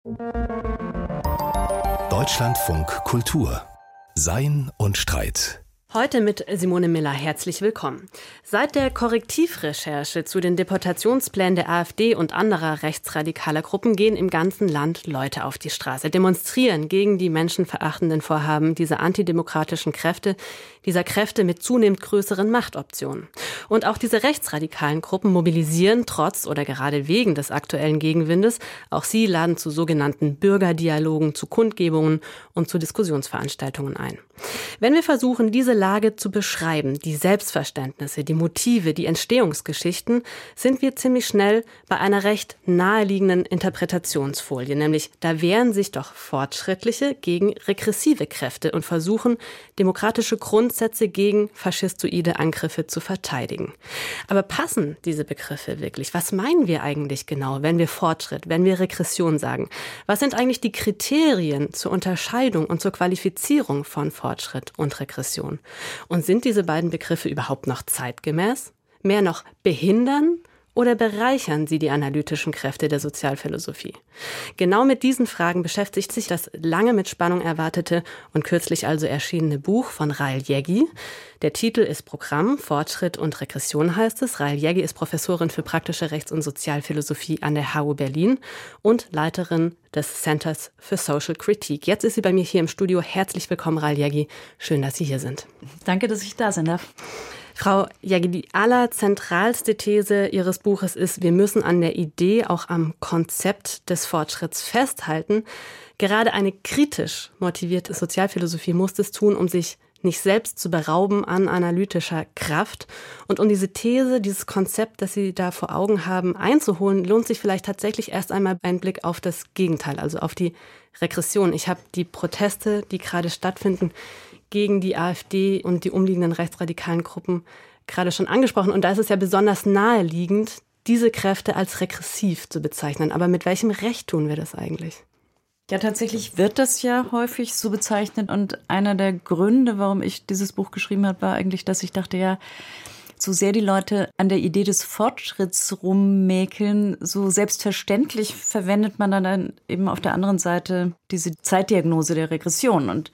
Deutschlandfunk Kultur. Sein und Streit. Heute mit Simone Miller. Herzlich willkommen. Seit der Korrektivrecherche zu den Deportationsplänen der AfD und anderer rechtsradikaler Gruppen gehen im ganzen Land Leute auf die Straße, demonstrieren gegen die menschenverachtenden Vorhaben dieser antidemokratischen Kräfte, dieser Kräfte mit zunehmend größeren Machtoptionen. Und auch diese rechtsradikalen Gruppen mobilisieren trotz oder gerade wegen des aktuellen Gegenwindes. Auch sie laden zu sogenannten Bürgerdialogen, zu Kundgebungen und zu Diskussionsveranstaltungen ein. Wenn wir versuchen, diese Lage zu beschreiben, die Selbstverständnisse, die Motive, die Entstehungsgeschichten, sind wir ziemlich schnell bei einer recht naheliegenden Interpretationsfolie, nämlich da wehren sich doch Fortschrittliche gegen regressive Kräfte und versuchen, demokratische Grundsätze gegen faschistoide Angriffe zu verteidigen. Aber passen diese Begriffe wirklich? Was meinen wir eigentlich genau, wenn wir Fortschritt, wenn wir Regression sagen? Was sind eigentlich die Kriterien zur Unterscheidung und zur Qualifizierung von Fortschritt und Regression? Und sind diese beiden Begriffe überhaupt noch zeitgemäß? Mehr noch behindern oder bereichern sie die analytischen Kräfte der Sozialphilosophie? Genau mit diesen Fragen beschäftigt sich das lange mit Spannung erwartete und kürzlich also erschienene Buch von Raël Jägui. Der Titel ist Programm, Fortschritt und Regression heißt es. Raël Jägui ist Professorin für praktische Rechts- und Sozialphilosophie an der HU Berlin und Leiterin des Centers für Social Critique. Jetzt ist sie bei mir hier im Studio. Herzlich willkommen, Raël Jägui. Schön, dass Sie hier sind. Danke, dass ich da sein darf. Frau Jägui, die allerzentralste These Ihres Buches ist, wir müssen an der Idee, auch am Konzept des Fortschritts festhalten. Gerade eine kritisch motivierte Sozialphilosophie muss das tun, um sich nicht selbst zu berauben an analytischer Kraft. Und um diese These, dieses Konzept, das Sie da vor Augen haben, einzuholen, lohnt sich vielleicht tatsächlich erst einmal ein Blick auf das Gegenteil, also auf die Regression. Ich habe die Proteste, die gerade stattfinden, gegen die AfD und die umliegenden rechtsradikalen Gruppen gerade schon angesprochen. Und da ist es ja besonders naheliegend, diese Kräfte als regressiv zu bezeichnen. Aber mit welchem Recht tun wir das eigentlich? Ja, tatsächlich wird das ja häufig so bezeichnet. Und einer der Gründe, warum ich dieses Buch geschrieben habe, war eigentlich, dass ich dachte, ja, so sehr die Leute an der Idee des Fortschritts rummäkeln, so selbstverständlich verwendet man dann eben auf der anderen Seite diese Zeitdiagnose der Regression. Und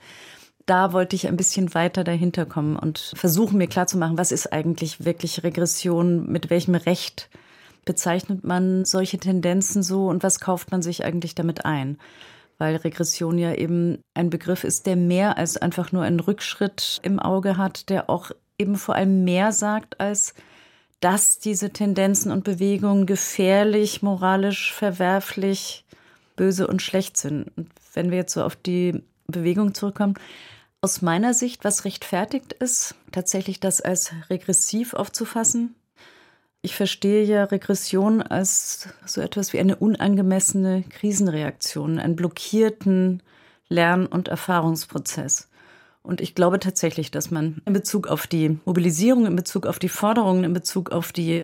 da wollte ich ein bisschen weiter dahinter kommen und versuchen, mir klarzumachen, was ist eigentlich wirklich Regression, mit welchem Recht bezeichnet man solche Tendenzen so und was kauft man sich eigentlich damit ein? Weil Regression ja eben ein Begriff ist, der mehr als einfach nur einen Rückschritt im Auge hat, der auch eben vor allem mehr sagt, als dass diese Tendenzen und Bewegungen gefährlich, moralisch verwerflich, böse und schlecht sind. Und wenn wir jetzt so auf die Bewegung zurückkommen, aus meiner Sicht, was rechtfertigt ist, tatsächlich das als regressiv aufzufassen. Ich verstehe ja Regression als so etwas wie eine unangemessene Krisenreaktion, einen blockierten Lern- und Erfahrungsprozess. Und ich glaube tatsächlich, dass man in Bezug auf die Mobilisierung, in Bezug auf die Forderungen, in Bezug auf die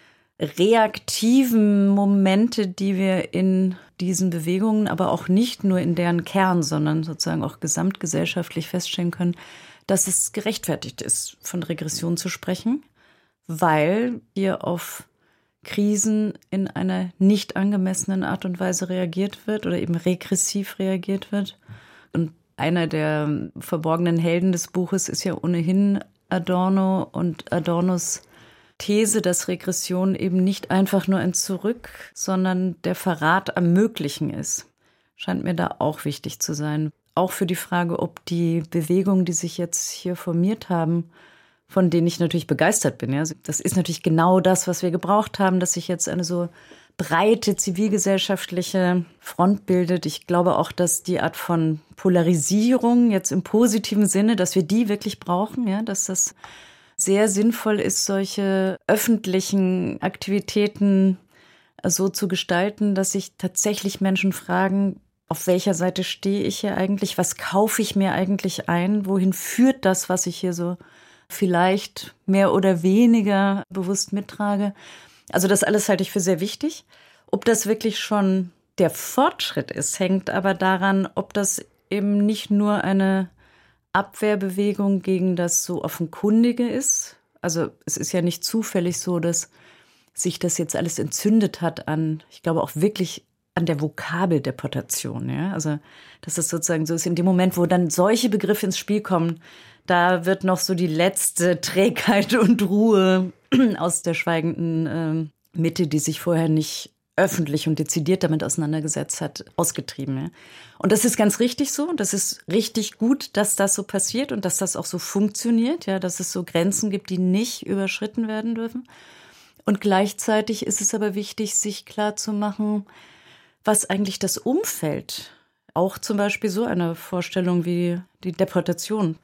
reaktiven Momente, die wir in diesen Bewegungen, aber auch nicht nur in deren Kern, sondern sozusagen auch gesamtgesellschaftlich feststellen können, dass es gerechtfertigt ist, von Regression zu sprechen, weil hier auf Krisen in einer nicht angemessenen Art und Weise reagiert wird oder eben regressiv reagiert wird. Und einer der verborgenen Helden des Buches ist ja ohnehin Adorno und Adornos These, dass Regression eben nicht einfach nur ein Zurück, sondern der Verrat am Möglichen ist, scheint mir da auch wichtig zu sein. Auch für die Frage, ob die Bewegungen, die sich jetzt hier formiert haben, von denen ich natürlich begeistert bin. Ja, das ist natürlich genau das, was wir gebraucht haben, dass sich jetzt eine so breite zivilgesellschaftliche Front bildet. Ich glaube auch, dass die Art von Polarisierung jetzt im positiven Sinne, dass wir die wirklich brauchen, ja, dass das sehr sinnvoll ist, solche öffentlichen Aktivitäten so zu gestalten, dass sich tatsächlich Menschen fragen, auf welcher Seite stehe ich hier eigentlich? Was kaufe ich mir eigentlich ein? Wohin führt das, was ich hier so vielleicht mehr oder weniger bewusst mittrage? Also das alles halte ich für sehr wichtig. Ob das wirklich schon der Fortschritt ist, hängt aber daran, ob das eben nicht nur eine Abwehrbewegung gegen das so Offenkundige ist. Also es ist ja nicht zufällig so, dass sich das jetzt alles entzündet hat an, ich glaube auch wirklich an der Vokabeldeportation. Ja? Also dass es sozusagen so ist, in dem Moment, wo dann solche Begriffe ins Spiel kommen, da wird noch so die letzte Trägheit und Ruhe aus der schweigenden Mitte, die sich vorher nicht öffentlich und dezidiert damit auseinandergesetzt hat, ausgetrieben. Ja? Und das ist ganz richtig so. Das ist richtig gut, dass das so passiert und dass das auch so funktioniert, ja, dass es so Grenzen gibt, die nicht überschritten werden dürfen. Und gleichzeitig ist es aber wichtig, sich klarzumachen, was eigentlich das Umfeld, auch zum Beispiel so eine Vorstellung wie die Deportation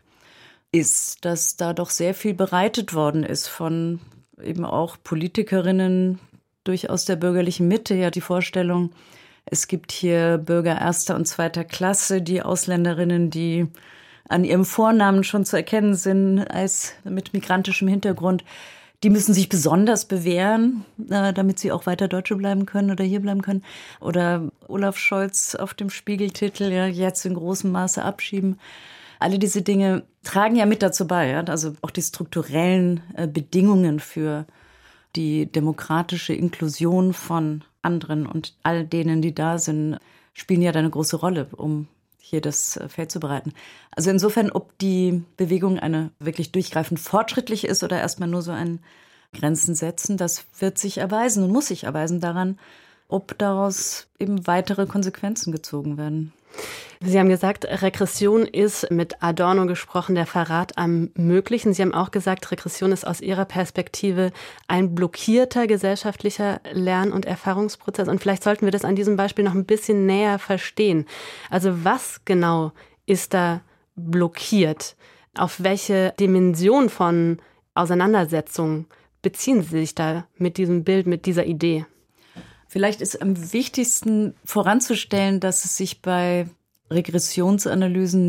ist, dass da doch sehr viel bereitet worden ist von eben auch Politikerinnen, durchaus der bürgerlichen Mitte, ja, die Vorstellung, es gibt hier Bürger erster und zweiter Klasse, die Ausländerinnen, die an ihrem Vornamen schon zu erkennen sind als mit migrantischem Hintergrund, die müssen sich besonders bewähren, damit sie auch weiter Deutsche bleiben können oder hier bleiben können. Oder Olaf Scholz auf dem Spiegeltitel, ja, jetzt in großem Maße abschieben. Alle diese Dinge tragen ja mit dazu bei, ja, also auch die strukturellen Bedingungen für die demokratische Inklusion von anderen und all denen, die da sind, spielen ja da eine große Rolle, um hier das Feld zu bereiten. Also insofern, ob die Bewegung eine wirklich durchgreifend fortschrittlich ist oder erstmal nur so ein Grenzen setzen, das wird sich erweisen und muss sich erweisen daran, ob daraus eben weitere Konsequenzen gezogen werden. Sie haben gesagt, Regression ist, mit Adorno gesprochen, der Verrat am Möglichen. Sie haben auch gesagt, Regression ist aus Ihrer Perspektive ein blockierter gesellschaftlicher Lern- und Erfahrungsprozess. Und vielleicht sollten wir das an diesem Beispiel noch ein bisschen näher verstehen. Also was genau ist da blockiert? Auf welche Dimension von Auseinandersetzung beziehen Sie sich da mit diesem Bild, mit dieser Idee? Vielleicht ist am wichtigsten voranzustellen, dass es sich bei Regressionsanalysen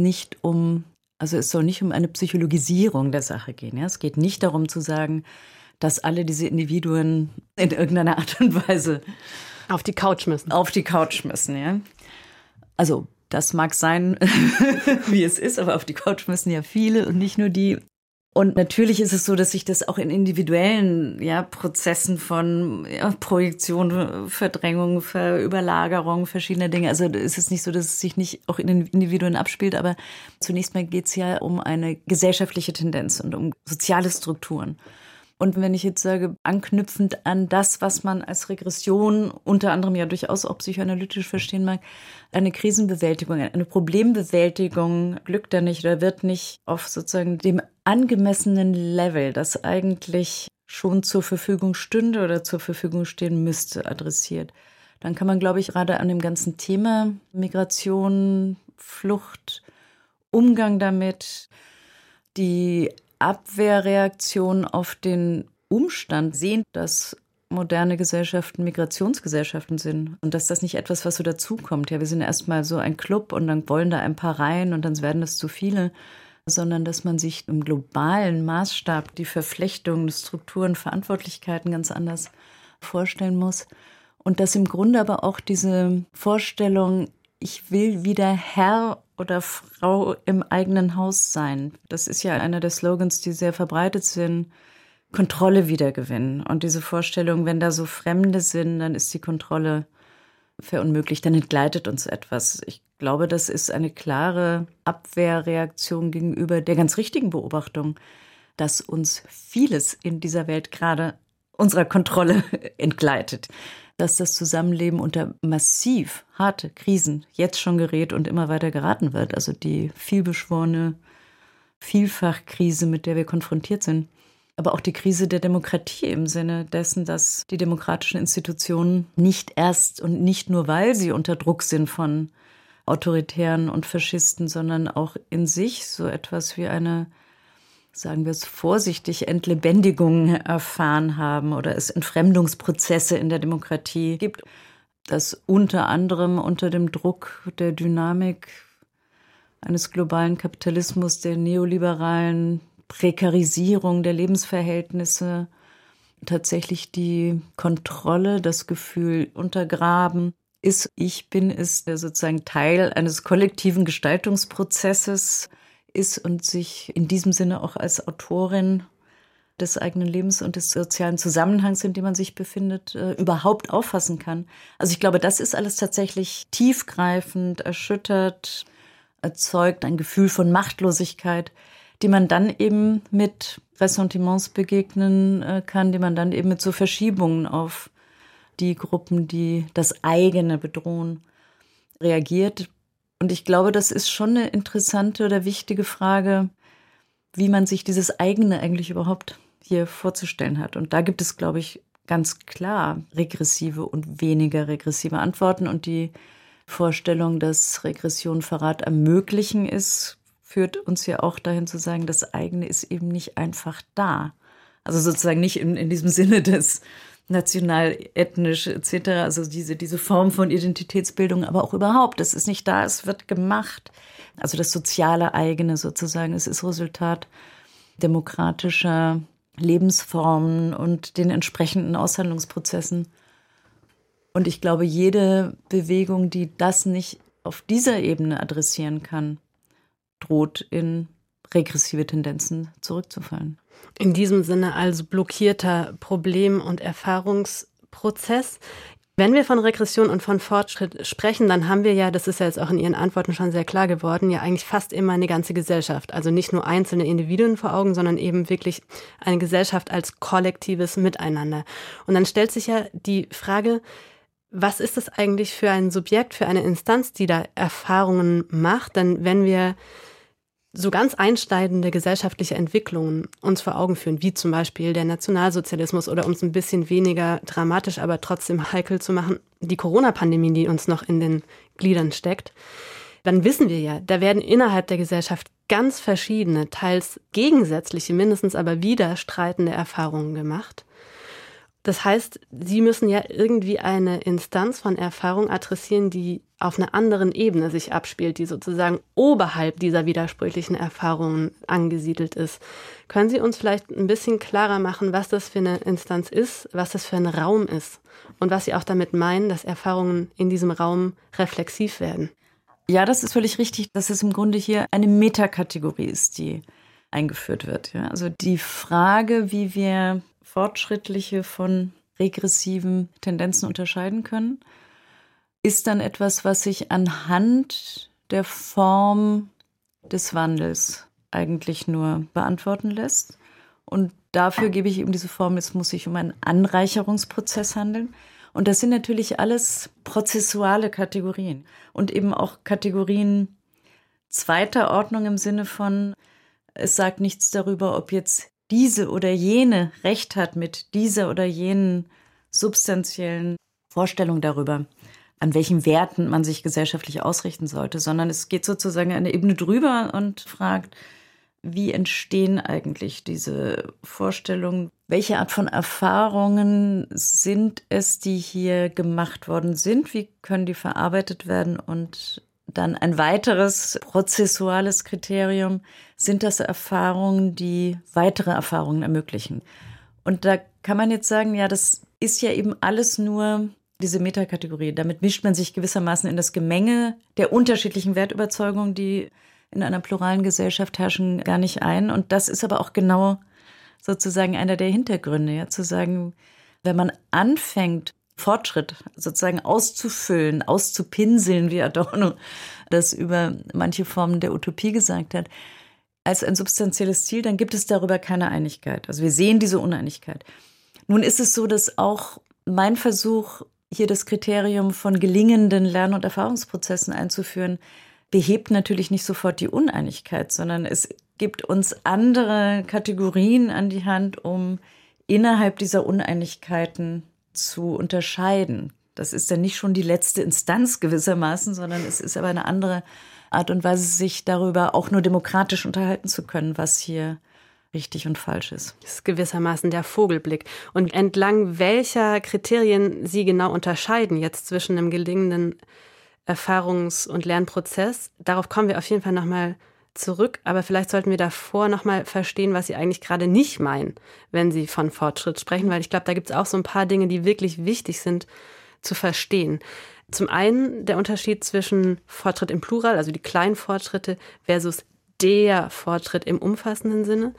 es soll nicht um eine Psychologisierung der Sache gehen. Ja? Es geht nicht darum zu sagen, dass alle diese Individuen in irgendeiner Art und Weise auf die Couch müssen. Ja. Also das mag sein, wie es ist, aber auf die Couch müssen ja viele und nicht nur die. Und natürlich ist es so, dass sich das auch in individuellen Prozessen von Projektion, Verdrängung, Überlagerung verschiedener Dinge, also es ist nicht so, dass es sich nicht auch in den Individuen abspielt, aber zunächst mal geht es ja um eine gesellschaftliche Tendenz und um soziale Strukturen. Und wenn ich jetzt sage, anknüpfend an das, was man als Regression unter anderem ja durchaus auch psychoanalytisch verstehen mag, eine Krisenbewältigung, eine Problembewältigung glückt da nicht oder wird nicht auf sozusagen dem angemessenen Level, das eigentlich schon zur Verfügung stünde oder zur Verfügung stehen müsste, adressiert. Dann kann man, glaube ich, gerade an dem ganzen Thema Migration, Flucht, Umgang damit, die Abwehrreaktion auf den Umstand sehen, dass moderne Gesellschaften Migrationsgesellschaften sind und dass das nicht etwas, was so dazukommt. Ja, wir sind erstmal so ein Club und dann wollen da ein paar rein und dann werden das zu viele, sondern dass man sich im globalen Maßstab die Verflechtung, Strukturen, Verantwortlichkeiten ganz anders vorstellen muss. Und dass im Grunde aber auch diese Vorstellung, ich will wieder Herr oder Frau im eigenen Haus sein. Das ist ja einer der Slogans, die sehr verbreitet sind. Kontrolle wiedergewinnen. Und diese Vorstellung, wenn da so Fremde sind, dann ist die Kontrolle verunmöglicht, dann entgleitet uns etwas. Ich glaube, das ist eine klare Abwehrreaktion gegenüber der ganz richtigen Beobachtung, dass uns vieles in dieser Welt gerade unserer Kontrolle entgleitet. Dass das Zusammenleben unter massiv harte Krisen jetzt schon gerät und immer weiter geraten wird. Also die vielbeschworene Vielfachkrise, mit der wir konfrontiert sind. Aber auch die Krise der Demokratie im Sinne dessen, dass die demokratischen Institutionen nicht erst und nicht nur, weil sie unter Druck sind von Autoritären und Faschisten, sondern auch in sich so etwas wie eine, sagen wir es vorsichtig, Entlebendigung erfahren haben oder es Entfremdungsprozesse in der Demokratie gibt, dass unter anderem unter dem Druck der Dynamik eines globalen Kapitalismus, der neoliberalen Prekarisierung der Lebensverhältnisse tatsächlich die Kontrolle, das Gefühl untergraben ist. Ich bin es, der sozusagen Teil eines kollektiven Gestaltungsprozesses ist und sich in diesem Sinne auch als Autorin des eigenen Lebens und des sozialen Zusammenhangs, in dem man sich befindet, überhaupt auffassen kann. Also ich glaube, das ist alles tatsächlich tiefgreifend, erschüttert, erzeugt ein Gefühl von Machtlosigkeit, die man dann eben mit Ressentiments begegnen kann, die man dann eben mit so Verschiebungen auf die Gruppen, die das eigene bedrohen, reagiert. Und ich glaube, das ist schon eine interessante oder wichtige Frage, wie man sich dieses eigene eigentlich überhaupt hier vorzustellen hat. Und da gibt es, glaube ich, ganz klar regressive und weniger regressive Antworten. Und die Vorstellung, dass Regression Verrat ermöglichen ist, führt uns ja auch dahin zu sagen, das eigene ist eben nicht einfach da. Also sozusagen nicht in diesem Sinne des national, ethnisch etc., also diese Form von Identitätsbildung, aber auch überhaupt, es ist nicht da, es wird gemacht. Also das soziale eigene sozusagen, es ist Resultat demokratischer Lebensformen und den entsprechenden Aushandlungsprozessen. Und ich glaube, jede Bewegung, die das nicht auf dieser Ebene adressieren kann, droht in regressive Tendenzen zurückzufallen. In diesem Sinne also blockierter Problem- und Erfahrungsprozess. Wenn wir von Regression und von Fortschritt sprechen, dann haben wir ja, das ist ja jetzt auch in Ihren Antworten schon sehr klar geworden, ja eigentlich fast immer eine ganze Gesellschaft. Also nicht nur einzelne Individuen vor Augen, sondern eben wirklich eine Gesellschaft als kollektives Miteinander. Und dann stellt sich ja die Frage, was ist das eigentlich für ein Subjekt, für eine Instanz, die da Erfahrungen macht? Denn wenn wir so ganz einschneidende gesellschaftliche Entwicklungen uns vor Augen führen, wie zum Beispiel der Nationalsozialismus oder um es ein bisschen weniger dramatisch, aber trotzdem heikel zu machen, die Corona-Pandemie, die uns noch in den Gliedern steckt, dann wissen wir ja, da werden innerhalb der Gesellschaft ganz verschiedene, teils gegensätzliche, mindestens aber widerstreitende Erfahrungen gemacht. Das heißt, Sie müssen ja irgendwie eine Instanz von Erfahrung adressieren, die auf einer anderen Ebene sich abspielt, die sozusagen oberhalb dieser widersprüchlichen Erfahrungen angesiedelt ist. Können Sie uns vielleicht ein bisschen klarer machen, was das für eine Instanz ist, was das für ein Raum ist und was Sie auch damit meinen, dass Erfahrungen in diesem Raum reflexiv werden? Ja, das ist völlig richtig, dass es im Grunde hier eine Metakategorie ist, die eingeführt wird. Ja, also die Frage, wie wir fortschrittliche von regressiven Tendenzen unterscheiden können, ist dann etwas, was sich anhand der Form des Wandels eigentlich nur beantworten lässt. Und dafür gebe ich eben diese Form, es muss sich um einen Anreicherungsprozess handeln. Und das sind natürlich alles prozessuale Kategorien und eben auch Kategorien zweiter Ordnung im Sinne von, es sagt nichts darüber, ob jetzt diese oder jene Recht hat mit dieser oder jenen substanziellen Vorstellung darüber, an welchen Werten man sich gesellschaftlich ausrichten sollte, sondern es geht sozusagen eine Ebene drüber und fragt, wie entstehen eigentlich diese Vorstellungen? Welche Art von Erfahrungen sind es, die hier gemacht worden sind? Wie können die verarbeitet werden? Und dann ein weiteres prozessuales Kriterium, sind das Erfahrungen, die weitere Erfahrungen ermöglichen? Und da kann man jetzt sagen, ja, das ist ja eben alles nur diese Metakategorie. Damit mischt man sich gewissermaßen in das Gemenge der unterschiedlichen Wertüberzeugungen, die in einer pluralen Gesellschaft herrschen, gar nicht ein. Und das ist aber auch genau sozusagen einer der Hintergründe, ja, zu sagen, wenn man anfängt, Fortschritt sozusagen auszufüllen, auszupinseln, wie Adorno das über manche Formen der Utopie gesagt hat, als ein substanzielles Ziel, dann gibt es darüber keine Einigkeit. Also wir sehen diese Uneinigkeit. Nun ist es so, dass auch mein Versuch, hier das Kriterium von gelingenden Lern- und Erfahrungsprozessen einzuführen, behebt natürlich nicht sofort die Uneinigkeit, sondern es gibt uns andere Kategorien an die Hand, um innerhalb dieser Uneinigkeiten zu unterscheiden. Das ist dann nicht schon die letzte Instanz gewissermaßen, sondern es ist aber eine andere Art und Weise, sich darüber auch nur demokratisch unterhalten zu können, was hier richtig und falsch ist. Das ist gewissermaßen der Vogelblick. Und entlang welcher Kriterien Sie genau unterscheiden jetzt zwischen einem gelingenden Erfahrungs- und Lernprozess, darauf kommen wir auf jeden Fall nochmal zurück. Aber vielleicht sollten wir davor nochmal verstehen, was Sie eigentlich gerade nicht meinen, wenn Sie von Fortschritt sprechen, weil ich glaube, da gibt es auch so ein paar Dinge, die wirklich wichtig sind zu verstehen. Zum einen der Unterschied zwischen Fortschritt im Plural, also die kleinen Fortschritte, versus der Fortschritt im umfassenden Sinne.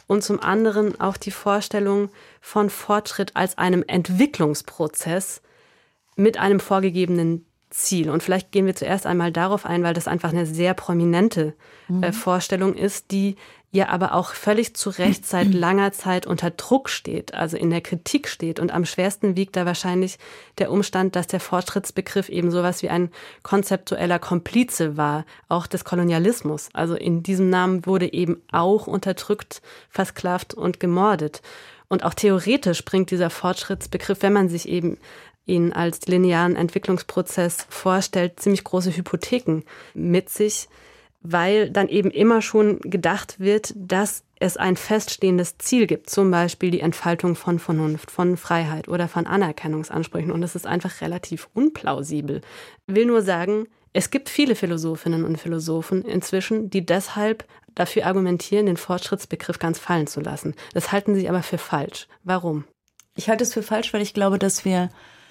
und zum anderen auch die Vorstellung von Fortschritt als einem Entwicklungsprozess mit einem vorgegebenen Ziel. Und vielleicht gehen wir zuerst einmal darauf ein, weil das einfach eine sehr prominente Vorstellung ist, die ja aber auch völlig zu Recht seit langer Zeit unter Druck steht, also in der Kritik steht. Und am schwersten wiegt da wahrscheinlich der Umstand, dass der Fortschrittsbegriff eben sowas wie ein konzeptueller Komplize war, auch des Kolonialismus. Also in diesem Namen wurde eben auch unterdrückt, versklavt und gemordet. Und auch theoretisch bringt dieser Fortschrittsbegriff, wenn man sich eben ihn als linearen Entwicklungsprozess vorstellt, ziemlich große Hypotheken mit sich, weil dann eben immer schon gedacht wird, dass es ein feststehendes Ziel gibt, zum Beispiel die Entfaltung von Vernunft, von Freiheit oder von Anerkennungsansprüchen. Und das ist einfach relativ unplausibel. Ich will nur sagen, es gibt viele Philosophinnen und Philosophen inzwischen, die deshalb dafür argumentieren, den Fortschrittsbegriff ganz fallen zu lassen. Das halten sie aber für falsch. Warum? Ich halte es für falsch, weil ich glaube, dass wir,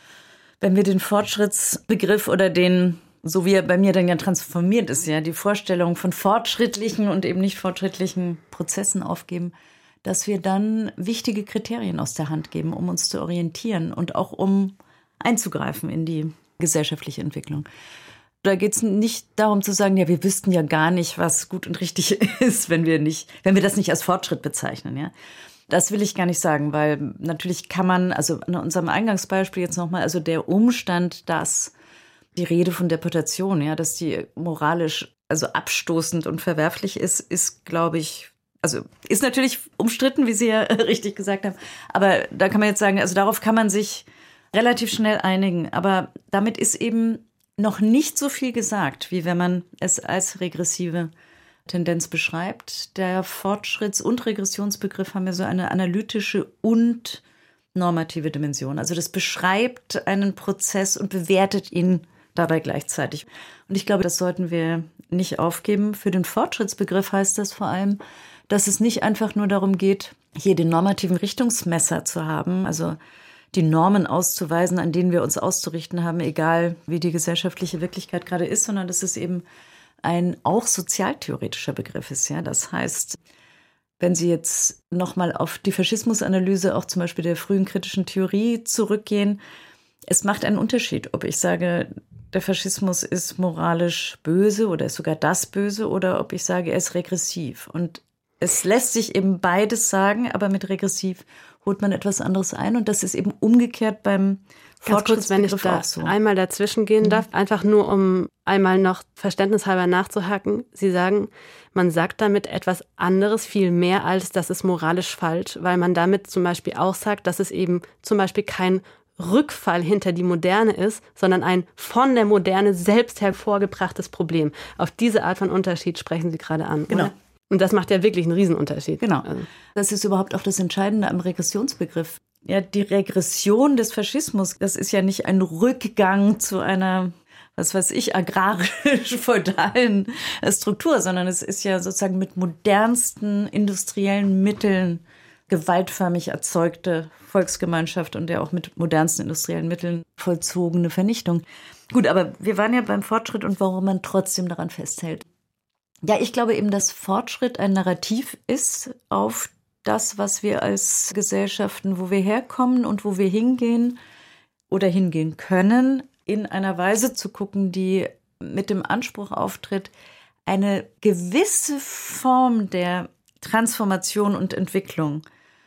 wenn wir den Fortschrittsbegriff oder den, so wie er bei mir dann ja transformiert ist, ja, die Vorstellung von fortschrittlichen und eben nicht fortschrittlichen Prozessen aufgeben, dass wir dann wichtige Kriterien aus der Hand geben, um uns zu orientieren und auch um einzugreifen in die gesellschaftliche Entwicklung. Da geht es nicht darum zu sagen, ja, wir wüssten ja gar nicht, was gut und richtig ist, wenn wir das nicht als Fortschritt bezeichnen, ja. Das will ich gar nicht sagen, weil natürlich kann man, also in unserem Eingangsbeispiel jetzt nochmal, also der Umstand, dass die Rede von Deportation, ja, dass die moralisch also abstoßend und verwerflich ist, glaube ich, also ist natürlich umstritten, wie Sie ja richtig gesagt haben. Aber da kann man jetzt sagen, also darauf kann man sich relativ schnell einigen. Aber damit ist eben noch nicht so viel gesagt, wie wenn man es als regressive Tendenz beschreibt. Der Fortschritts- und Regressionsbegriff haben ja so eine analytische und normative Dimension. Also das beschreibt einen Prozess und bewertet ihn dabei gleichzeitig. Und ich glaube, das sollten wir nicht aufgeben. Für den Fortschrittsbegriff heißt das vor allem, dass es nicht einfach nur darum geht, hier den normativen Richtungsmesser zu haben, also die Normen auszuweisen, an denen wir uns auszurichten haben, egal wie die gesellschaftliche Wirklichkeit gerade ist, sondern dass es eben ein auch sozialtheoretischer Begriff ist. Ja? Das heißt, wenn Sie jetzt nochmal auf die Faschismusanalyse auch zum Beispiel der frühen kritischen Theorie zurückgehen, es macht einen Unterschied, ob ich sage, der Faschismus ist moralisch böse oder ist sogar das Böse oder ob ich sage, er ist regressiv. Und es lässt sich eben beides sagen, aber mit regressiv holt man etwas anderes ein. Und das ist eben umgekehrt beim Ganz kurz, wenn ich da einmal dazwischen gehen darf, einfach nur um einmal noch verständnishalber nachzuhaken. Sie sagen, man sagt damit etwas anderes, viel mehr als das ist moralisch falsch, weil man damit zum Beispiel auch sagt, dass es eben zum Beispiel kein Rückfall hinter die Moderne ist, sondern ein von der Moderne selbst hervorgebrachtes Problem. Auf diese Art von Unterschied sprechen Sie gerade an. Genau. Oder? Und das macht ja wirklich einen Riesenunterschied. Genau. Das ist überhaupt auch das Entscheidende am Regressionsbegriff. Ja, die Regression des Faschismus, das ist ja nicht ein Rückgang zu einer, was weiß ich, agrarisch-feudalen Struktur, sondern es ist ja sozusagen mit modernsten industriellen Mitteln gewaltförmig erzeugte Volksgemeinschaft und ja auch mit modernsten industriellen Mitteln vollzogene Vernichtung. Gut, aber wir waren ja beim Fortschritt und warum man trotzdem daran festhält. Ja, ich glaube eben, dass Fortschritt ein Narrativ ist auf das, was wir als Gesellschaften, wo wir herkommen und wo wir hingehen oder hingehen können, in einer Weise zu gucken, die mit dem Anspruch auftritt, eine gewisse Form der Transformation und Entwicklung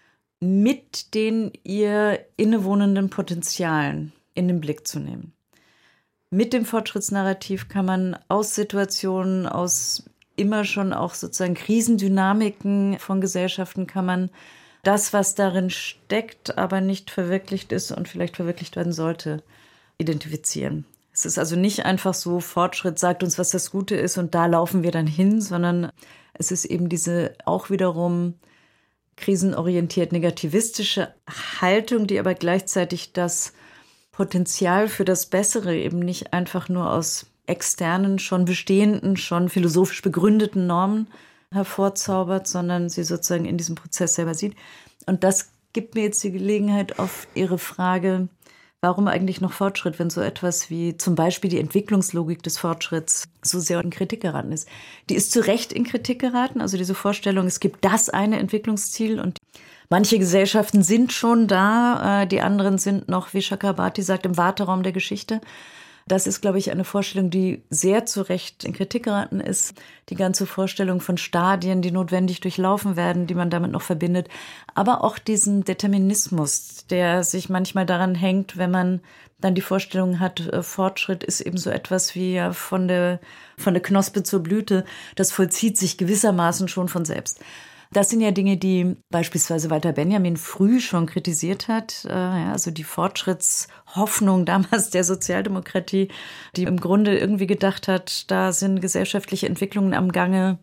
mit den ihr innewohnenden Potenzialen in den Blick zu nehmen. Mit dem Fortschrittsnarrativ kann man aus Situationen, aus immer schon auch sozusagen Krisendynamiken von Gesellschaften kann man das, was darin steckt, aber nicht verwirklicht ist und vielleicht verwirklicht werden sollte, identifizieren. Es ist also nicht einfach so, Fortschritt sagt uns, was das Gute ist und da laufen wir dann hin, sondern es ist eben diese auch wiederum krisenorientiert negativistische Haltung, die aber gleichzeitig das Potenzial für das Bessere eben nicht einfach nur aus externen, schon bestehenden, schon philosophisch begründeten Normen hervorzaubert, sondern sie sozusagen in diesem Prozess selber sieht. Und das gibt mir jetzt die Gelegenheit, auf Ihre Frage Warum eigentlich noch Fortschritt, wenn so etwas wie zum Beispiel die Entwicklungslogik des Fortschritts so sehr in Kritik geraten ist? Die ist zu Recht in Kritik geraten, also diese Vorstellung, es gibt das eine Entwicklungsziel und manche Gesellschaften sind schon da, die anderen sind noch, wie Chakrabarty sagt, im Warteraum der Geschichte. Das ist, glaube ich, eine Vorstellung, die sehr zu Recht in Kritik geraten ist. Die ganze Vorstellung von Stadien, die notwendig durchlaufen werden, die man damit noch verbindet. Aber auch diesen Determinismus, der sich manchmal daran hängt, wenn man dann die Vorstellung hat, Fortschritt ist eben so etwas wie ja von der Knospe zur Blüte. Das vollzieht sich gewissermaßen schon von selbst. Das sind ja Dinge, die beispielsweise Walter Benjamin früh schon kritisiert hat. Also die Fortschrittshoffnung damals der Sozialdemokratie, die im Grunde irgendwie gedacht hat, da sind gesellschaftliche Entwicklungen am Gange,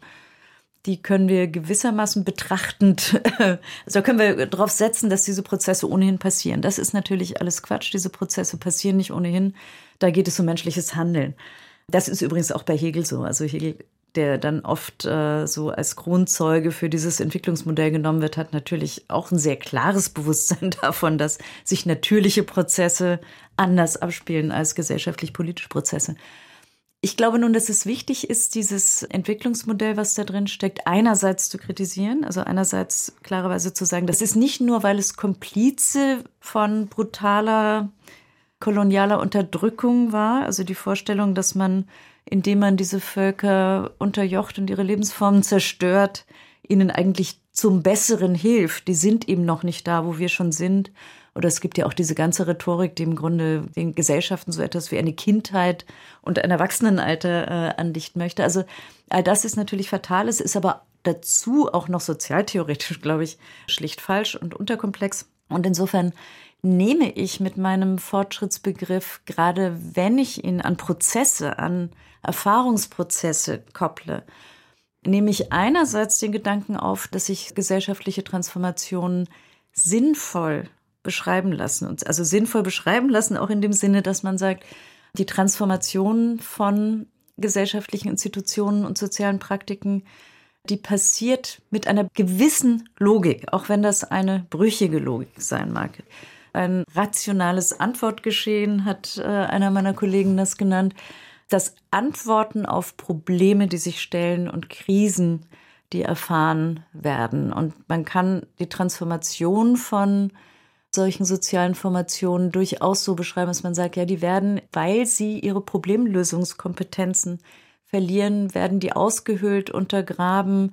die können wir gewissermaßen betrachtend, also können wir darauf setzen, dass diese Prozesse ohnehin passieren. Das ist natürlich alles Quatsch. Diese Prozesse passieren nicht ohnehin. Da geht es um menschliches Handeln. Das ist übrigens auch bei Hegel so. Also Hegel, der dann oft so als Grundzeuge für dieses Entwicklungsmodell genommen wird, hat natürlich auch ein sehr klares Bewusstsein davon, dass sich natürliche Prozesse anders abspielen als gesellschaftlich-politische Prozesse. Ich glaube nun, dass es wichtig ist, dieses Entwicklungsmodell, was da drin steckt, einerseits zu kritisieren, also einerseits klarerweise zu sagen, das ist nicht nur, weil es Komplize von brutaler kolonialer Unterdrückung war, also die Vorstellung, dass man, indem man diese Völker unterjocht und ihre Lebensformen zerstört, ihnen eigentlich zum Besseren hilft. Die sind eben noch nicht da, wo wir schon sind. Oder es gibt ja auch diese ganze Rhetorik, die im Grunde den Gesellschaften so etwas wie eine Kindheit und ein Erwachsenenalter andichten möchte. Also all das ist natürlich fatal. Es ist aber dazu auch noch sozialtheoretisch, glaube ich, schlicht falsch und unterkomplex. Und insofern nehme ich mit meinem Fortschrittsbegriff, gerade wenn ich ihn an Prozesse, an Erfahrungsprozesse kopple, nehme ich einerseits den Gedanken auf, dass sich gesellschaftliche Transformationen sinnvoll beschreiben lassen. Also sinnvoll beschreiben lassen, auch in dem Sinne, dass man sagt, die Transformation von gesellschaftlichen Institutionen und sozialen Praktiken, die passiert mit einer gewissen Logik, auch wenn das eine brüchige Logik sein mag. Ein rationales Antwortgeschehen hat einer meiner Kollegen das genannt. Das Antworten auf Probleme, die sich stellen und Krisen, die erfahren werden. Und man kann die Transformation von solchen sozialen Formationen durchaus so beschreiben, dass man sagt, ja, die werden, weil sie ihre Problemlösungskompetenzen verlieren, werden die ausgehöhlt, untergraben,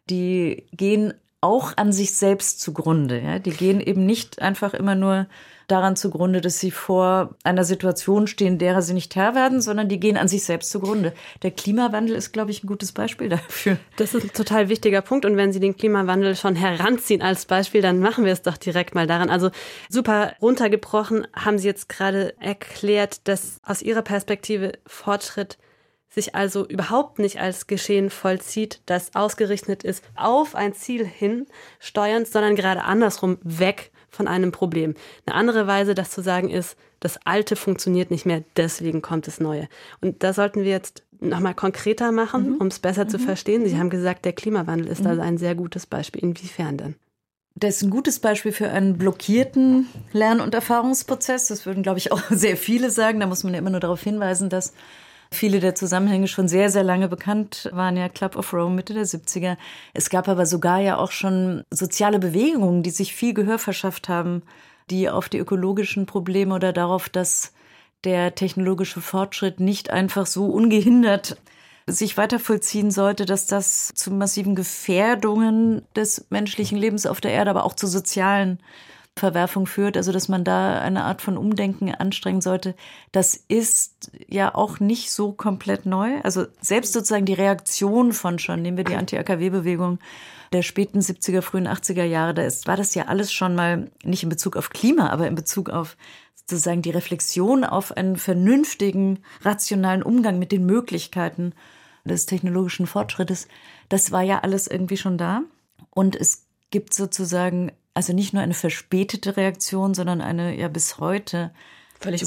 die gehen auch an sich selbst zugrunde. Ja? Die gehen eben nicht einfach immer nur daran zugrunde, dass sie vor einer Situation stehen, derer sie nicht Herr werden, sondern die gehen an sich selbst zugrunde. Der Klimawandel ist, glaube ich, ein gutes Beispiel dafür. Das ist ein total wichtiger Punkt. Und wenn Sie den Klimawandel schon heranziehen als Beispiel, dann machen wir es doch direkt mal daran. Also super runtergebrochen haben Sie jetzt gerade erklärt, dass aus Ihrer Perspektive Fortschritt sich also überhaupt nicht als Geschehen vollzieht, das ausgerichtet ist auf ein Ziel hin steuernd, sondern gerade andersrum weg von einem Problem. Eine andere Weise, das zu sagen, ist, das Alte funktioniert nicht mehr, deswegen kommt das Neue. Und da sollten wir jetzt nochmal konkreter machen, um es besser zu verstehen. Sie haben gesagt, der Klimawandel ist also ein sehr gutes Beispiel. Inwiefern denn? Das ist ein gutes Beispiel für einen blockierten Lern- und Erfahrungsprozess. Das würden, glaube ich, auch sehr viele sagen. Da muss man ja immer nur darauf hinweisen, dass viele der Zusammenhänge schon sehr, sehr lange bekannt waren, ja Club of Rome Mitte der 70er. Es gab aber sogar ja auch schon soziale Bewegungen, die sich viel Gehör verschafft haben, die auf die ökologischen Probleme oder darauf, dass der technologische Fortschritt nicht einfach so ungehindert sich weiter vollziehen sollte, dass das zu massiven Gefährdungen des menschlichen Lebens auf der Erde, aber auch zu sozialen Verwerfung führt, also dass man da eine Art von Umdenken anstrengen sollte, das ist ja auch nicht so komplett neu. Also selbst sozusagen die Reaktion von schon, nehmen wir die Anti-AKW-Bewegung der späten 70er, frühen 80er Jahre, war das ja alles schon mal nicht in Bezug auf Klima, aber in Bezug auf sozusagen die Reflexion auf einen vernünftigen, rationalen Umgang mit den Möglichkeiten des technologischen Fortschrittes. Das war ja alles irgendwie schon da. Und es gibt sozusagen also nicht nur eine verspätete Reaktion, sondern eine ja bis heute völlig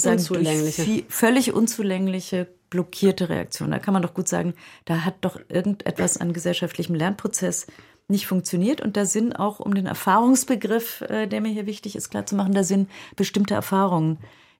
unzulängliche, blockierte Reaktion. Da kann man doch gut sagen, da hat doch irgendetwas an gesellschaftlichem Lernprozess nicht funktioniert. Und da sind auch, um den Erfahrungsbegriff, der mir hier wichtig ist, klarzumachen, da sind bestimmte Erfahrungen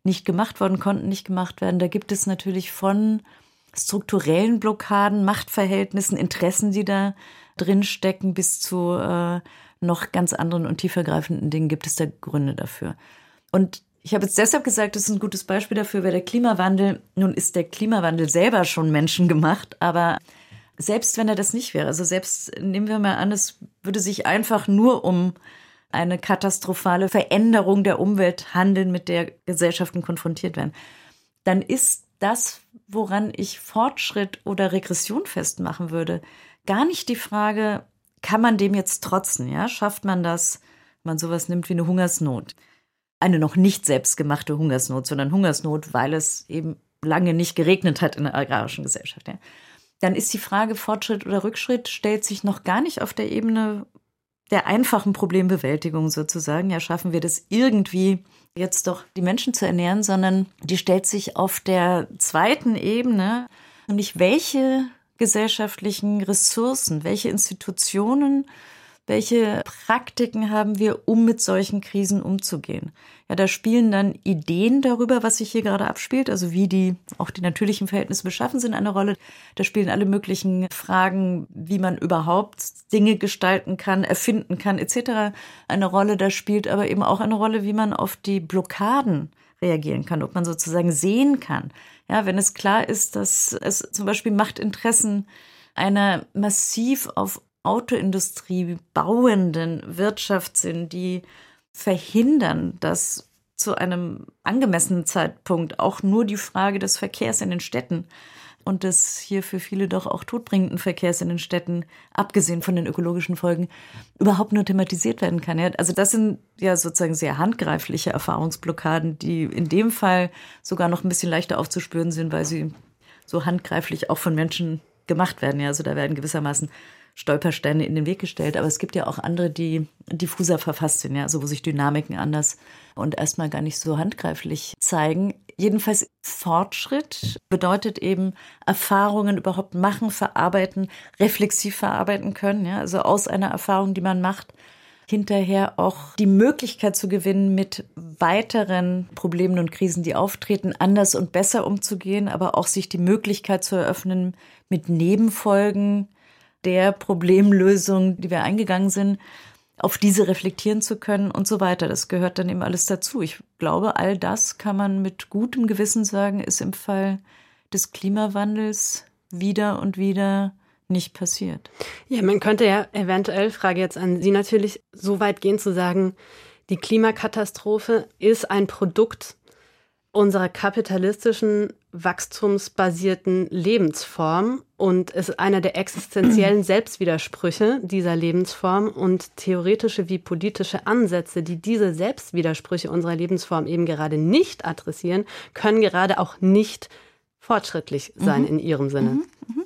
nicht gemacht worden, konnten nicht gemacht werden. Da gibt es natürlich von strukturellen Blockaden, Machtverhältnissen, Interessen, die da drin stecken, bis zu noch ganz anderen und tiefergreifenden Dingen gibt es da Gründe dafür. Und ich habe jetzt deshalb gesagt, das ist ein gutes Beispiel dafür, weil der Klimawandel, nun ist der Klimawandel selber schon menschengemacht, aber selbst wenn er das nicht wäre, also selbst nehmen wir mal an, es würde sich einfach nur um eine katastrophale Veränderung der Umwelt handeln, mit der Gesellschaften konfrontiert werden, dann ist das, woran ich Fortschritt oder Regression festmachen würde, gar nicht die Frage, kann man dem jetzt trotzen? Ja? Schafft man das, wenn man sowas nimmt wie eine Hungersnot? Eine noch nicht selbstgemachte Hungersnot, sondern Hungersnot, weil es eben lange nicht geregnet hat in der agrarischen Gesellschaft. Ja? Dann ist die Frage Fortschritt oder Rückschritt, stellt sich noch gar nicht auf der Ebene der einfachen Problembewältigung sozusagen. Ja, schaffen wir das irgendwie jetzt doch die Menschen zu ernähren, sondern die stellt sich auf der zweiten Ebene, nämlich welche gesellschaftlichen Ressourcen, welche Institutionen, welche Praktiken haben wir, um mit solchen Krisen umzugehen? Ja, da spielen dann Ideen darüber, was sich hier gerade abspielt, also wie auch die natürlichen Verhältnisse beschaffen sind, eine Rolle. Da spielen alle möglichen Fragen, wie man überhaupt Dinge gestalten kann, erfinden kann, etc. eine Rolle. Da spielt aber eben auch eine Rolle, wie man auf die Blockaden reagieren kann, ob man sozusagen sehen kann. Ja, wenn es klar ist, dass es zum Beispiel Machtinteressen einer massiv auf Autoindustrie bauenden Wirtschaft sind, die verhindern, dass zu einem angemessenen Zeitpunkt auch nur die Frage des Verkehrs in den Städten und des hier für viele doch auch todbringenden Verkehrs in den Städten, abgesehen von den ökologischen Folgen, überhaupt nur thematisiert werden kann. Ja, also das sind ja sozusagen sehr handgreifliche Erfahrungsblockaden, die in dem Fall sogar noch ein bisschen leichter aufzuspüren sind, weil sie so handgreiflich auch von Menschen gemacht werden. Ja, also da werden gewissermaßen Stolpersteine in den Weg gestellt. Aber es gibt ja auch andere, die diffuser verfasst sind, ja, also wo sich Dynamiken anders und erstmal gar nicht so handgreiflich zeigen. Jedenfalls Fortschritt bedeutet eben Erfahrungen überhaupt machen, verarbeiten, reflexiv verarbeiten können. Ja, also aus einer Erfahrung, die man macht, hinterher auch die Möglichkeit zu gewinnen, mit weiteren Problemen und Krisen, die auftreten, anders und besser umzugehen, aber auch sich die Möglichkeit zu eröffnen, mit Nebenfolgen der Problemlösung, die wir eingegangen sind, auf diese reflektieren zu können und so weiter. Das gehört dann eben alles dazu. Ich glaube, all das kann man mit gutem Gewissen sagen, ist im Fall des Klimawandels wieder und wieder nicht passiert. Ja, man könnte ja eventuell, Frage jetzt an Sie natürlich, so weit gehen zu sagen, die Klimakatastrophe ist ein Produkt unserer kapitalistischen, wachstumsbasierten Lebensform und ist einer der existenziellen Selbstwidersprüche dieser Lebensform, und theoretische wie politische Ansätze, die diese Selbstwidersprüche unserer Lebensform eben gerade nicht adressieren, können gerade auch nicht fortschrittlich sein in ihrem Sinne.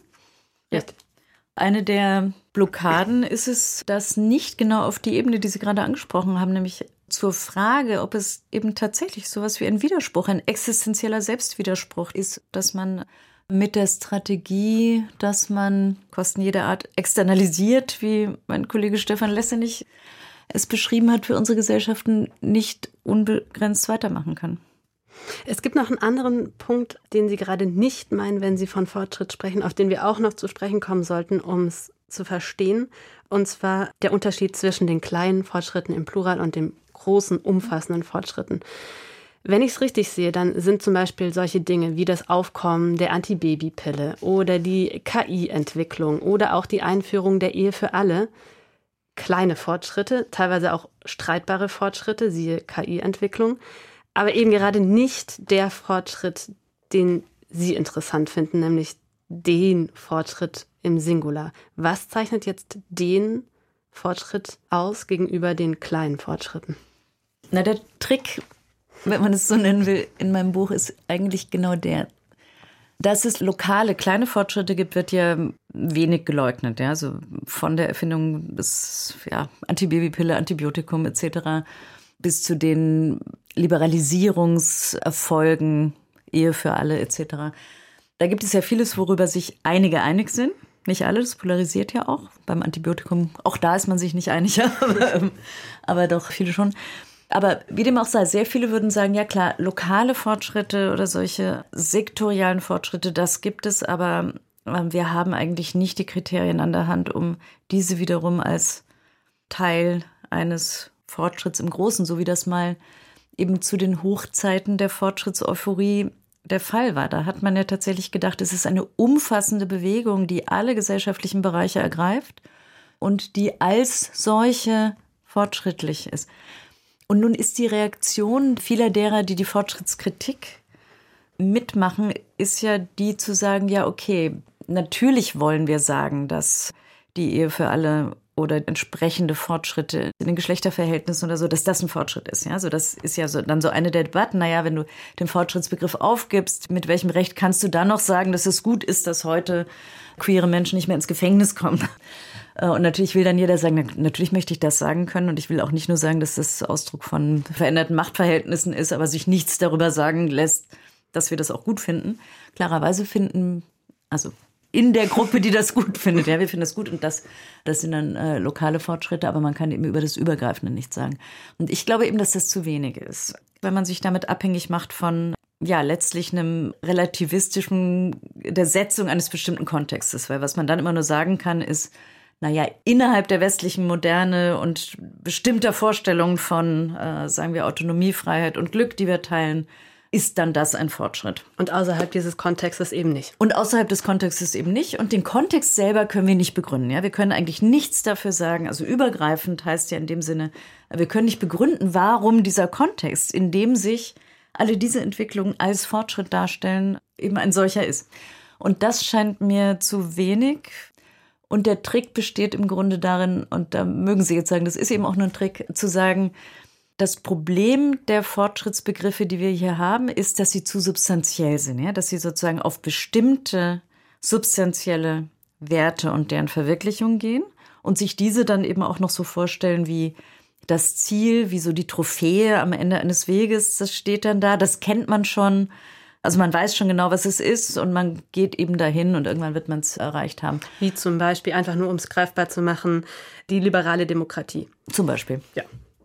Ja. Eine der Blockaden ist es, dass nicht genau auf die Ebene, die Sie gerade angesprochen haben, nämlich zur Frage, ob es eben tatsächlich sowas wie ein Widerspruch, ein existenzieller Selbstwiderspruch ist, dass man mit der Strategie, dass man Kosten jeder Art externalisiert, wie mein Kollege Stefan Lessenich es beschrieben hat, für unsere Gesellschaften nicht unbegrenzt weitermachen kann. Es gibt noch einen anderen Punkt, den Sie gerade nicht meinen, wenn Sie von Fortschritt sprechen, auf den wir auch noch zu sprechen kommen sollten, um es zu verstehen. Und zwar der Unterschied zwischen den kleinen Fortschritten im Plural und den großen, umfassenden Fortschritten. Wenn ich es richtig sehe, dann sind zum Beispiel solche Dinge wie das Aufkommen der Antibabypille oder die KI-Entwicklung oder auch die Einführung der Ehe für alle kleine Fortschritte, teilweise auch streitbare Fortschritte, siehe KI-Entwicklung, aber eben gerade nicht der Fortschritt, den Sie interessant finden, nämlich den Fortschritt im Singular. Was zeichnet jetzt den Fortschritt aus gegenüber den kleinen Fortschritten? Na, der Trick, wenn man es so nennen will, in meinem Buch ist eigentlich genau der. Dass es lokale, kleine Fortschritte gibt, wird ja wenig geleugnet. Ja? Also von der Erfindung des Antibabypille, Antibiotikum etc. bis zu den Liberalisierungserfolgen, Ehe für alle etc. Da gibt es ja vieles, worüber sich einige einig sind. Nicht alle, das polarisiert ja auch. Beim Antibiotikum, auch da ist man sich nicht einig, aber doch viele schon. Aber wie dem auch sei, sehr viele würden sagen, ja klar, lokale Fortschritte oder solche sektorialen Fortschritte, das gibt es, aber wir haben eigentlich nicht die Kriterien an der Hand, um diese wiederum als Teil eines Fortschritts im Großen, so wie das mal eben zu den Hochzeiten der Fortschrittseuphorie der Fall war. Da hat man ja tatsächlich gedacht, es ist eine umfassende Bewegung, die alle gesellschaftlichen Bereiche ergreift und die als solche fortschrittlich ist. Und nun ist die Reaktion vieler derer, die die Fortschrittskritik mitmachen, ist ja die zu sagen, ja okay, natürlich wollen wir sagen, dass die Ehe für alle oder entsprechende Fortschritte in den Geschlechterverhältnissen oder so, dass das ein Fortschritt ist. Ja? Also das ist ja so, dann so eine der Debatten. Naja, wenn du den Fortschrittsbegriff aufgibst, mit welchem Recht kannst du dann noch sagen, dass es gut ist, dass heute queere Menschen nicht mehr ins Gefängnis kommen? Und natürlich will dann jeder sagen, natürlich möchte ich das sagen können. Und ich will auch nicht nur sagen, dass das Ausdruck von veränderten Machtverhältnissen ist, aber sich nichts darüber sagen lässt, dass wir das auch gut finden. Klarerweise finden, also in der Gruppe, die das gut findet. Ja, wir finden das gut und das sind dann lokale Fortschritte, aber man kann eben über das Übergreifende nichts sagen. Und ich glaube eben, dass das zu wenig ist. Wenn man sich damit abhängig macht von, ja, letztlich einem relativistischen, der Setzung eines bestimmten Kontextes. Weil was man dann immer nur sagen kann, ist, naja, innerhalb der westlichen Moderne und bestimmter Vorstellungen von, sagen wir, Autonomie, Freiheit und Glück, die wir teilen, ist dann das ein Fortschritt. Und außerhalb dieses Kontextes eben nicht. Und außerhalb des Kontextes eben nicht. Und den Kontext selber können wir nicht begründen. Ja? Wir können eigentlich nichts dafür sagen. Also übergreifend heißt ja in dem Sinne, wir können nicht begründen, warum dieser Kontext, in dem sich alle diese Entwicklungen als Fortschritt darstellen, eben ein solcher ist. Und das scheint mir zu wenig. Und der Trick besteht im Grunde darin, und da mögen Sie jetzt sagen, das ist eben auch nur ein Trick, zu sagen, das Problem der Fortschrittsbegriffe, die wir hier haben, ist, dass sie zu substanziell sind, ja? Dass sie sozusagen auf bestimmte substanzielle Werte und deren Verwirklichung gehen und sich diese dann eben auch noch so vorstellen wie das Ziel, wie so die Trophäe am Ende eines Weges, das steht dann da, das kennt man schon. Also man weiß schon genau, was es ist und man geht eben dahin und irgendwann wird man es erreicht haben. Wie zum Beispiel, einfach nur um es greifbar zu machen, die liberale Demokratie. Zum Beispiel. Ja.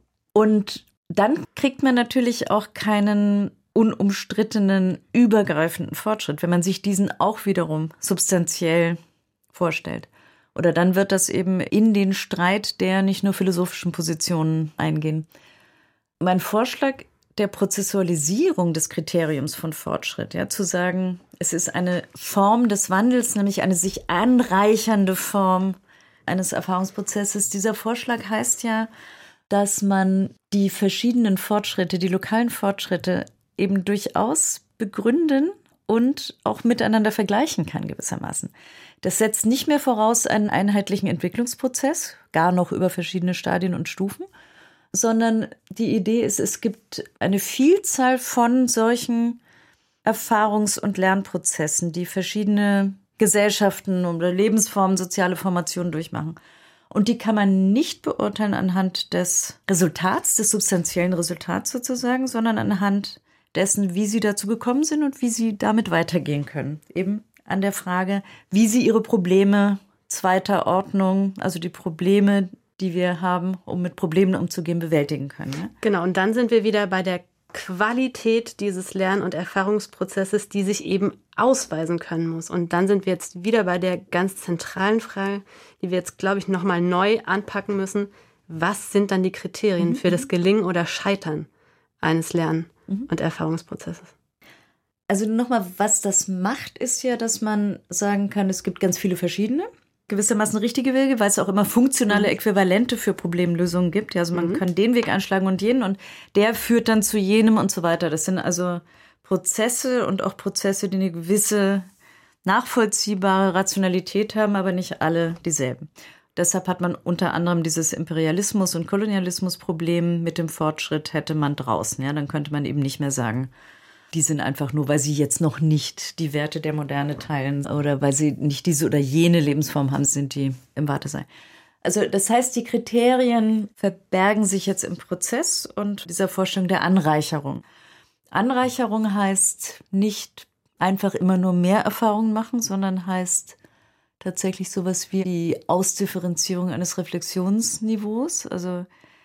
Und dann kriegt man natürlich auch keinen unumstrittenen, übergreifenden Fortschritt, wenn man sich diesen auch wiederum substanziell vorstellt. Oder dann wird das eben in den Streit der nicht nur philosophischen Positionen eingehen. Mein Vorschlag der Prozessualisierung des Kriteriums von Fortschritt, ja, zu sagen, es ist eine Form des Wandels, nämlich eine sich anreichernde Form eines Erfahrungsprozesses. Dieser Vorschlag heißt ja, dass man die verschiedenen Fortschritte, die lokalen Fortschritte eben durchaus begründen und auch miteinander vergleichen kann gewissermaßen. Das setzt nicht mehr voraus einen einheitlichen Entwicklungsprozess, gar noch über verschiedene Stadien und Stufen, sondern die Idee ist, es gibt eine Vielzahl von solchen Erfahrungs- und Lernprozessen, die verschiedene Gesellschaften oder Lebensformen, soziale Formationen durchmachen. Und die kann man nicht beurteilen anhand des Resultats, des substanziellen Resultats sozusagen, sondern anhand dessen, wie sie dazu gekommen sind und wie sie damit weitergehen können. Eben an der Frage, wie sie ihre Probleme zweiter Ordnung, also die Probleme, die wir haben, um mit Problemen umzugehen, bewältigen können. Ja? Genau, und dann sind wir wieder bei der Qualität dieses Lern- und Erfahrungsprozesses, die sich eben ausweisen können muss. Und dann sind wir jetzt wieder bei der ganz zentralen Frage, die wir jetzt, glaube ich, nochmal neu anpacken müssen. Was sind dann die Kriterien für das Gelingen oder Scheitern eines Lern- und Erfahrungsprozesses? Also nochmal, was das macht, ist ja, dass man sagen kann, es gibt ganz viele verschiedene, gewissermaßen richtige Wege, weil es auch immer funktionale Äquivalente für Problemlösungen gibt. Ja, also man kann den Weg einschlagen und jenen und der führt dann zu jenem und so weiter. Das sind also Prozesse und auch Prozesse, die eine gewisse nachvollziehbare Rationalität haben, aber nicht alle dieselben. Deshalb hat man unter anderem dieses Imperialismus- und Kolonialismus-Problem mit dem Fortschritt hätte man draußen. Ja, dann könnte man eben nicht mehr sagen, die sind einfach nur, weil sie jetzt noch nicht die Werte der Moderne teilen oder weil sie nicht diese oder jene Lebensform haben, sind die im Wartesein. Also das heißt, die Kriterien verbergen sich jetzt im Prozess und dieser Vorstellung der Anreicherung. Anreicherung heißt nicht einfach immer nur mehr Erfahrungen machen, sondern heißt tatsächlich sowas wie die Ausdifferenzierung eines Reflexionsniveaus. Also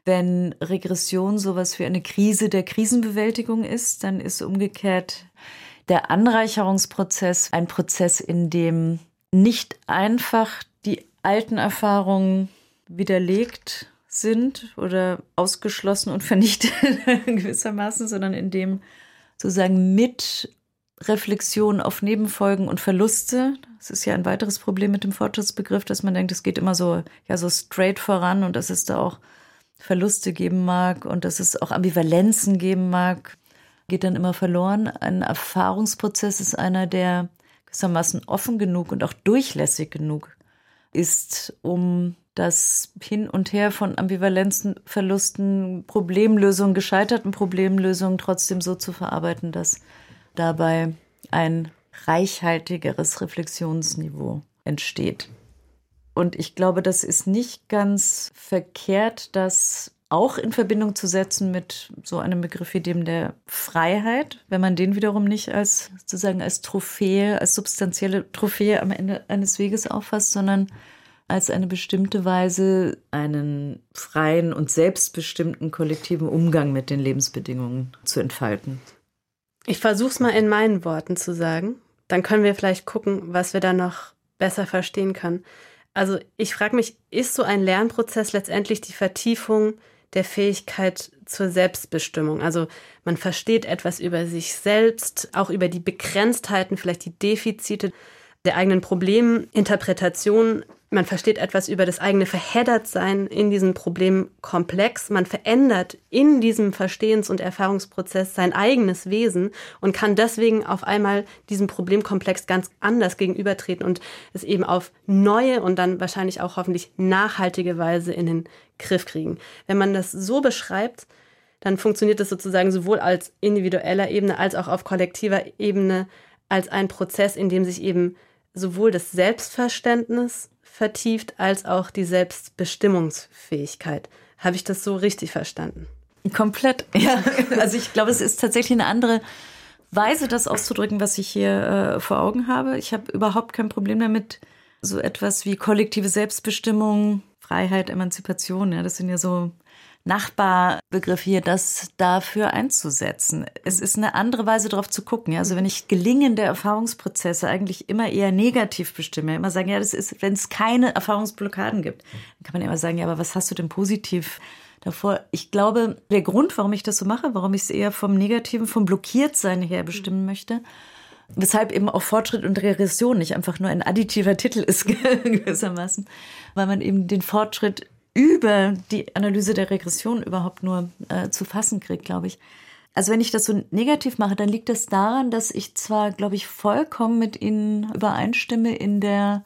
Wenn Regression sowas wie eine Krise der Krisenbewältigung ist, dann ist umgekehrt der Anreicherungsprozess ein Prozess, in dem nicht einfach die alten Erfahrungen widerlegt sind oder ausgeschlossen und vernichtet gewissermaßen, sondern in dem sozusagen mit Reflexion auf Nebenfolgen und Verluste, das ist ja ein weiteres Problem mit dem Fortschrittsbegriff, dass man denkt, es geht immer so straight voran und dass es da auch Verluste geben mag und dass es auch Ambivalenzen geben mag, geht dann immer verloren. Ein Erfahrungsprozess ist einer, der gewissermaßen offen genug und auch durchlässig genug ist, um das Hin und Her von Ambivalenzen, Verlusten, Problemlösungen, gescheiterten Problemlösungen trotzdem so zu verarbeiten, dass dabei ein reichhaltigeres Reflexionsniveau entsteht. Und ich glaube, das ist nicht ganz verkehrt, das auch in Verbindung zu setzen mit so einem Begriff wie dem der Freiheit, wenn man den wiederum nicht als sozusagen als Trophäe, als substanzielle Trophäe am Ende eines Weges auffasst, sondern als eine bestimmte Weise einen freien und selbstbestimmten kollektiven Umgang mit den Lebensbedingungen zu entfalten. Ich versuche es mal in meinen Worten zu sagen. Dann können wir vielleicht gucken, was wir da noch besser verstehen können. Also ich frage mich, ist so ein Lernprozess letztendlich die Vertiefung der Fähigkeit zur Selbstbestimmung? Also man versteht etwas über sich selbst, auch über die Begrenztheiten, vielleicht die Defizite der eigenen Probleminterpretation. Man versteht etwas über das eigene Verheddertsein in diesem Problemkomplex. Man verändert in diesem Verstehens- und Erfahrungsprozess sein eigenes Wesen und kann deswegen auf einmal diesem Problemkomplex ganz anders gegenübertreten und es eben auf neue und dann wahrscheinlich auch hoffentlich nachhaltige Weise in den Griff kriegen. Wenn man das so beschreibt, dann funktioniert das sozusagen sowohl als individueller Ebene als auch auf kollektiver Ebene als ein Prozess, in dem sich eben sowohl das Selbstverständnis vertieft als auch die Selbstbestimmungsfähigkeit. Habe ich das so richtig verstanden? Komplett, ja. Also ich glaube, es ist tatsächlich eine andere Weise, das auszudrücken, was ich hier vor Augen habe. Ich habe überhaupt kein Problem damit, so etwas wie kollektive Selbstbestimmung, Freiheit, Emanzipation, ja, das sind ja so Nachbarbegriffe hier, das dafür einzusetzen. Es ist eine andere Weise, darauf zu gucken. Ja? Also wenn ich gelingende Erfahrungsprozesse eigentlich immer eher negativ bestimme, immer sagen, ja, das ist, wenn es keine Erfahrungsblockaden gibt, dann kann man immer sagen, ja, aber was hast du denn positiv davor? Ich glaube, der Grund, warum ich das so mache, warum ich es eher vom Negativen, vom Blockiertsein her bestimmen möchte, weshalb eben auch Fortschritt und Regression nicht einfach nur ein additiver Titel ist, gewissermaßen, weil man eben den Fortschritt über die Analyse der Regression überhaupt nur zu fassen kriegt, glaube ich. Also wenn ich das so negativ mache, dann liegt das daran, dass ich zwar, glaube ich, vollkommen mit Ihnen übereinstimme in der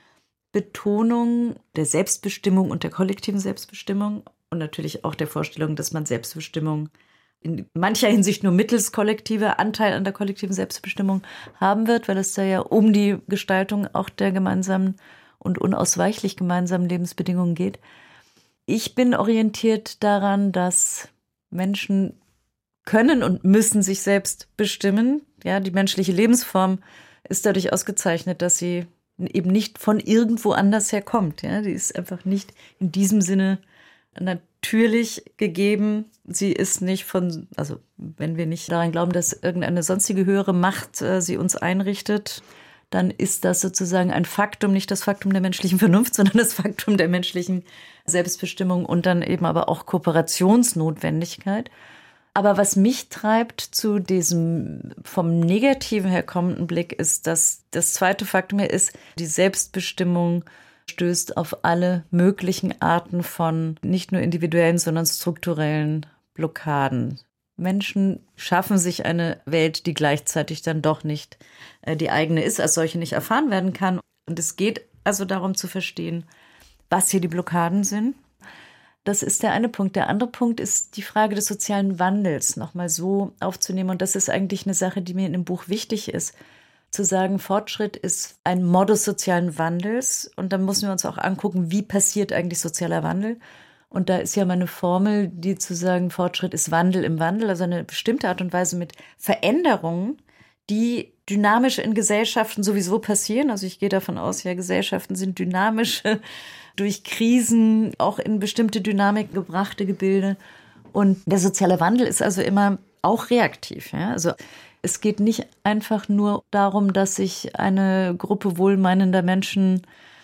Betonung der Selbstbestimmung und der kollektiven Selbstbestimmung und natürlich auch der Vorstellung, dass man Selbstbestimmung in mancher Hinsicht nur mittels kollektiver Anteil an der kollektiven Selbstbestimmung haben wird, weil es da ja um die Gestaltung auch der gemeinsamen und unausweichlich gemeinsamen Lebensbedingungen geht. Ich bin orientiert daran, dass Menschen können und müssen sich selbst bestimmen. Ja, die menschliche Lebensform ist dadurch ausgezeichnet, dass sie eben nicht von irgendwo anders herkommt. Ja, die ist einfach nicht in diesem Sinne natürlich gegeben. Sie ist nicht von, also wenn wir nicht daran glauben, dass irgendeine sonstige höhere Macht sie uns einrichtet, dann ist das sozusagen ein Faktum, nicht das Faktum der menschlichen Vernunft, sondern das Faktum der menschlichen Selbstbestimmung und dann eben aber auch Kooperationsnotwendigkeit. Aber was mich treibt zu diesem vom Negativen her kommenden Blick ist, dass das zweite Faktum hier ist, die Selbstbestimmung stößt auf alle möglichen Arten von nicht nur individuellen, sondern strukturellen Blockaden. Menschen schaffen sich eine Welt, die gleichzeitig dann doch nicht die eigene ist, als solche nicht erfahren werden kann. Und es geht also darum zu verstehen, was hier die Blockaden sind. Das ist der eine Punkt. Der andere Punkt ist die Frage des sozialen Wandels nochmal so aufzunehmen. Und das ist eigentlich eine Sache, die mir in dem Buch wichtig ist. Zu sagen, Fortschritt ist ein Modus sozialen Wandels. Und dann müssen wir uns auch angucken, wie passiert eigentlich sozialer Wandel. Und da ist ja meine Formel, die zu sagen, Fortschritt ist Wandel im Wandel, also eine bestimmte Art und Weise mit Veränderungen, die dynamisch in Gesellschaften sowieso passieren. Also ich gehe davon aus, ja, Gesellschaften sind dynamisch, durch Krisen auch in bestimmte Dynamik gebrachte Gebilde. Und der soziale Wandel ist also immer auch reaktiv. Ja? Also es geht nicht einfach nur darum, dass sich eine Gruppe wohlmeinender Menschen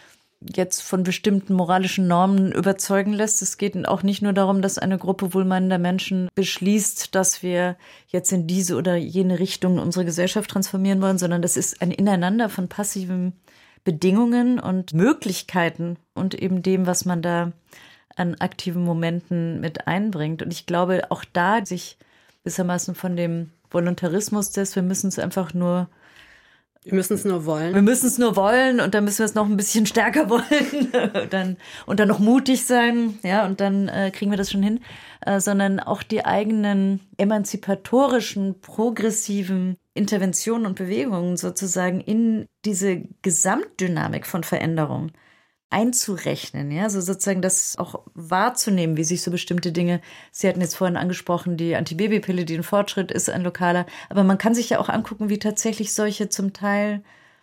jetzt von bestimmten moralischen Normen überzeugen lässt. Es geht auch nicht nur darum, dass eine Gruppe wohlmeinender Menschen beschließt, dass wir jetzt in diese oder jene Richtung unsere Gesellschaft transformieren wollen, sondern das ist ein Ineinander von passiven Bedingungen und Möglichkeiten und eben dem, was man da an aktiven Momenten mit einbringt. Und ich glaube, auch da sich gewissermaßen von dem Voluntarismus wir müssen es einfach nur Wir müssen es nur wollen. Wir müssen es nur wollen und dann müssen wir es noch ein bisschen stärker wollen und dann noch mutig sein, ja, und dann kriegen wir das schon hin, sondern auch die eigenen emanzipatorischen, progressiven Interventionen und Bewegungen sozusagen in diese Gesamtdynamik von Veränderung einzurechnen, ja, also sozusagen das auch wahrzunehmen, wie sich so bestimmte Dinge, Sie hatten jetzt vorhin angesprochen, die Antibabypille, die ein Fortschritt ist, ein lokaler, aber man kann sich ja auch angucken, wie tatsächlich solche zum Teil,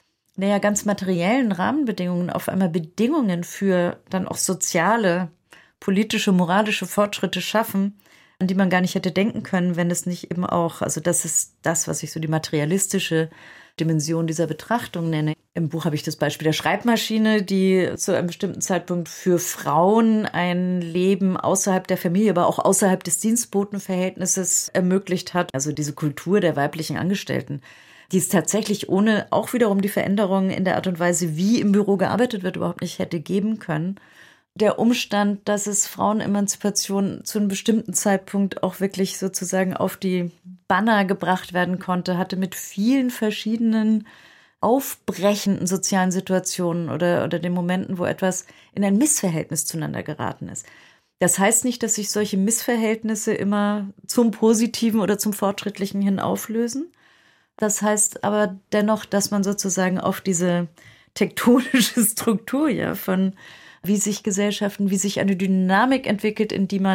ganz materiellen Rahmenbedingungen auf einmal Bedingungen für dann auch soziale, politische, moralische Fortschritte schaffen, an die man gar nicht hätte denken können, wenn es nicht eben auch, also das ist das, was ich so die materialistische Dimension dieser Betrachtung nenne. Im Buch habe ich das Beispiel der Schreibmaschine, die zu einem bestimmten Zeitpunkt für Frauen ein Leben außerhalb der Familie, aber auch außerhalb des Dienstbotenverhältnisses ermöglicht hat. Also diese Kultur der weiblichen Angestellten, die es tatsächlich ohne auch wiederum die Veränderungen in der Art und Weise, wie im Büro gearbeitet wird, überhaupt nicht hätte geben können. Der Umstand, dass es Frauenemanzipation zu einem bestimmten Zeitpunkt auch wirklich sozusagen auf die Banner gebracht werden konnte, hatte mit vielen verschiedenen aufbrechenden sozialen Situationen oder den Momenten, wo etwas in ein Missverhältnis zueinander geraten ist. Das heißt nicht, dass sich solche Missverhältnisse immer zum Positiven oder zum Fortschrittlichen hin auflösen. Das heißt aber dennoch, dass man sozusagen auf diese tektonische Struktur von wie sich Gesellschaften, wie sich eine Dynamik entwickelt,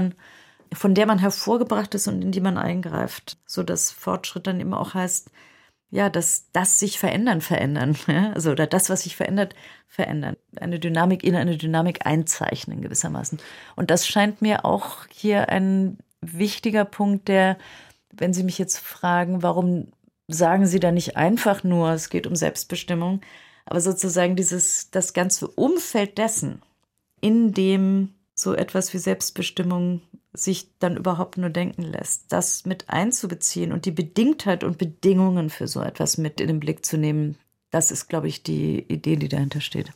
von der man hervorgebracht ist und in die man eingreift. So dass Fortschritt dann immer auch heißt, ja, dass das sich verändern. Ja? Also, oder das, was sich verändert. Eine Dynamik in eine Dynamik einzeichnen gewissermaßen. Und das scheint mir auch hier ein wichtiger Punkt, der, wenn Sie mich jetzt fragen, warum sagen Sie da nicht einfach nur, es geht um Selbstbestimmung, aber sozusagen das ganze Umfeld dessen, in dem so etwas wie Selbstbestimmung sich dann überhaupt nur denken lässt, das mit einzubeziehen und die Bedingtheit und Bedingungen für so etwas mit in den Blick zu nehmen, das ist, glaube ich, die Idee, die dahinter steht.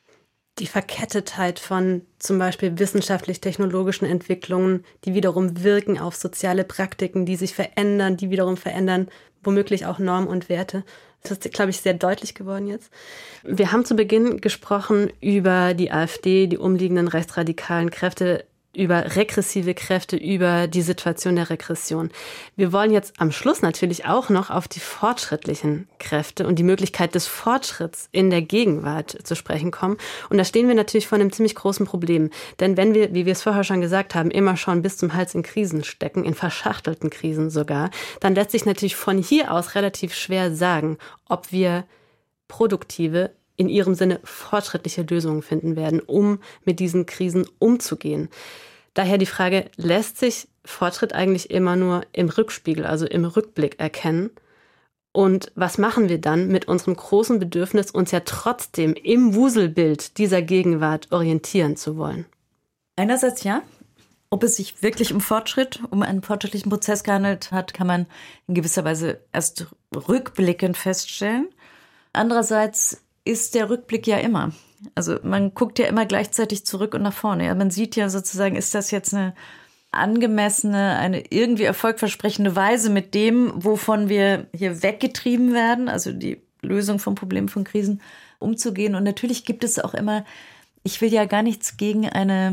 Die Verkettetheit von zum Beispiel wissenschaftlich-technologischen Entwicklungen, die wiederum wirken auf soziale Praktiken, die sich verändern, die wiederum verändern womöglich auch Normen und Werte. Das ist, glaube ich, sehr deutlich geworden jetzt. Wir haben zu Beginn gesprochen über die AfD, die umliegenden rechtsradikalen Kräfte, über regressive Kräfte, über die Situation der Regression. Wir wollen jetzt am Schluss natürlich auch noch auf die fortschrittlichen Kräfte und die Möglichkeit des Fortschritts in der Gegenwart zu sprechen kommen. Und da stehen wir natürlich vor einem ziemlich großen Problem. Denn wenn wir, wie wir es vorher schon gesagt haben, immer schon bis zum Hals in Krisen stecken, in verschachtelten Krisen sogar, dann lässt sich natürlich von hier aus relativ schwer sagen, ob wir produktive, in ihrem Sinne fortschrittliche Lösungen finden werden, um mit diesen Krisen umzugehen. Daher die Frage, lässt sich Fortschritt eigentlich immer nur im Rückspiegel, also im Rückblick erkennen? Und was machen wir dann mit unserem großen Bedürfnis, uns ja trotzdem im Wuselbild dieser Gegenwart orientieren zu wollen? Einerseits ja. Ob es sich wirklich um Fortschritt, um einen fortschrittlichen Prozess gehandelt hat, kann man in gewisser Weise erst rückblickend feststellen. Andererseits ist der Rückblick ja immer. Also man guckt ja immer gleichzeitig zurück und nach vorne. Ja, man sieht ja sozusagen, ist das jetzt eine angemessene, eine irgendwie erfolgversprechende Weise mit dem, wovon wir hier weggetrieben werden, also die Lösung von Problemen, von Krisen, umzugehen. Und natürlich gibt es auch immer, ich will ja gar nichts gegen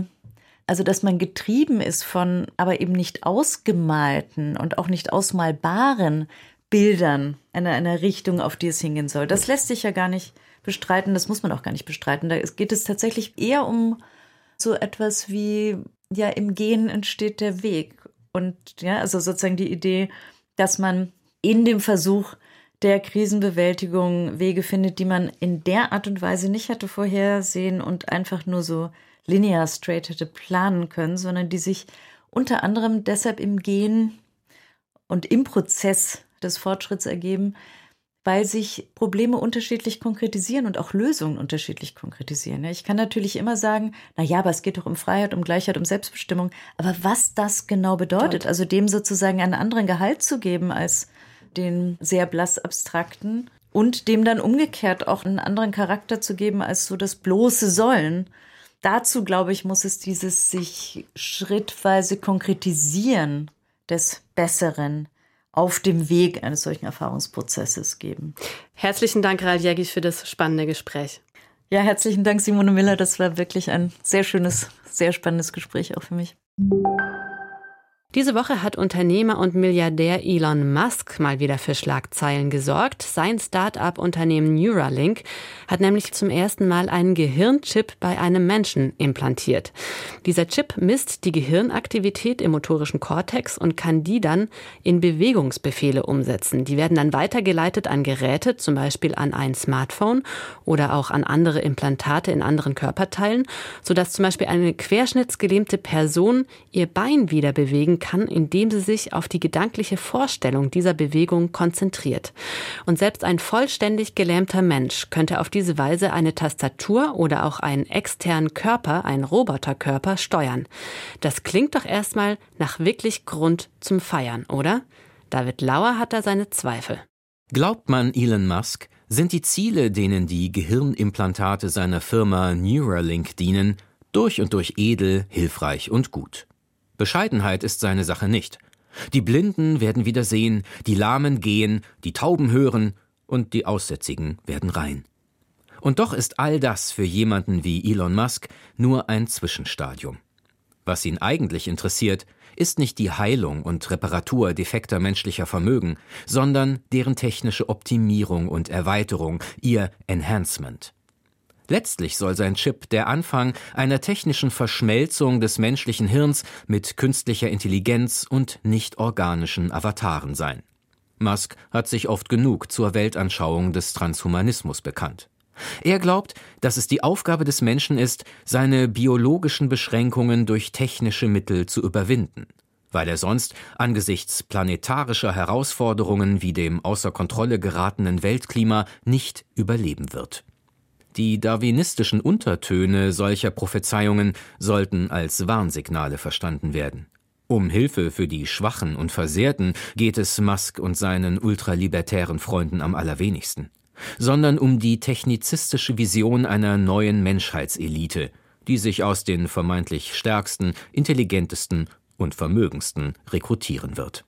also dass man getrieben ist von, aber eben nicht ausgemalten und auch nicht ausmalbaren Bildern einer Richtung, auf die es hingehen soll. Das lässt sich ja gar nicht bestreiten, das muss man auch gar nicht bestreiten. Da geht es tatsächlich eher um so etwas wie, ja, im Gehen entsteht der Weg. Und ja, also sozusagen die Idee, dass man in dem Versuch, der Krisenbewältigung Wege findet, die man in der Art und Weise nicht hätte vorhersehen und einfach nur so linear straight hätte planen können, sondern die sich unter anderem deshalb im Gehen und im Prozess des Fortschritts ergeben, weil sich Probleme unterschiedlich konkretisieren und auch Lösungen unterschiedlich konkretisieren. Ich kann natürlich immer sagen, aber es geht doch um Freiheit, um Gleichheit, um Selbstbestimmung. Aber was das genau bedeutet, also dem sozusagen einen anderen Gehalt zu geben als den sehr blass abstrakten und dem dann umgekehrt auch einen anderen Charakter zu geben als so das bloße Sollen. Dazu, glaube ich, muss es dieses sich schrittweise Konkretisieren des Besseren auf dem Weg eines solchen Erfahrungsprozesses geben. Herzlichen Dank, Rahel Jägich, für das spannende Gespräch. Ja, herzlichen Dank, Simone Miller. Das war wirklich ein sehr schönes, sehr spannendes Gespräch auch für mich. Diese Woche hat Unternehmer und Milliardär Elon Musk mal wieder für Schlagzeilen gesorgt. Sein Start-up-Unternehmen Neuralink hat nämlich zum ersten Mal einen Gehirnchip bei einem Menschen implantiert. Dieser Chip misst die Gehirnaktivität im motorischen Kortex und kann die dann in Bewegungsbefehle umsetzen. Die werden dann weitergeleitet an Geräte, zum Beispiel an ein Smartphone oder auch an andere Implantate in anderen Körperteilen, sodass zum Beispiel eine querschnittsgelähmte Person ihr Bein wieder bewegen kann, indem sie sich auf die gedankliche Vorstellung dieser Bewegung konzentriert. Und selbst ein vollständig gelähmter Mensch könnte auf diese Weise eine Tastatur oder auch einen externen Körper, einen Roboterkörper, steuern. Das klingt doch erstmal nach wirklich Grund zum Feiern, oder? David Lauer hat da seine Zweifel. Glaubt man Elon Musk, sind die Ziele, denen die Gehirnimplantate seiner Firma Neuralink dienen, durch und durch edel, hilfreich und gut. Bescheidenheit ist seine Sache nicht. Die Blinden werden wieder sehen, die Lahmen gehen, die Tauben hören und die Aussätzigen werden rein. Und doch ist all das für jemanden wie Elon Musk nur ein Zwischenstadium. Was ihn eigentlich interessiert, ist nicht die Heilung und Reparatur defekter menschlicher Vermögen, sondern deren technische Optimierung und Erweiterung, ihr Enhancement. Letztlich soll sein Chip der Anfang einer technischen Verschmelzung des menschlichen Hirns mit künstlicher Intelligenz und nicht-organischen Avataren sein. Musk hat sich oft genug zur Weltanschauung des Transhumanismus bekannt. Er glaubt, dass es die Aufgabe des Menschen ist, seine biologischen Beschränkungen durch technische Mittel zu überwinden, weil er sonst angesichts planetarischer Herausforderungen wie dem außer Kontrolle geratenen Weltklima nicht überleben wird. Die darwinistischen Untertöne solcher Prophezeiungen sollten als Warnsignale verstanden werden. Um Hilfe für die Schwachen und Versehrten geht es Musk und seinen ultralibertären Freunden am allerwenigsten, sondern um die technizistische Vision einer neuen Menschheitselite, die sich aus den vermeintlich stärksten, intelligentesten und vermögendsten rekrutieren wird.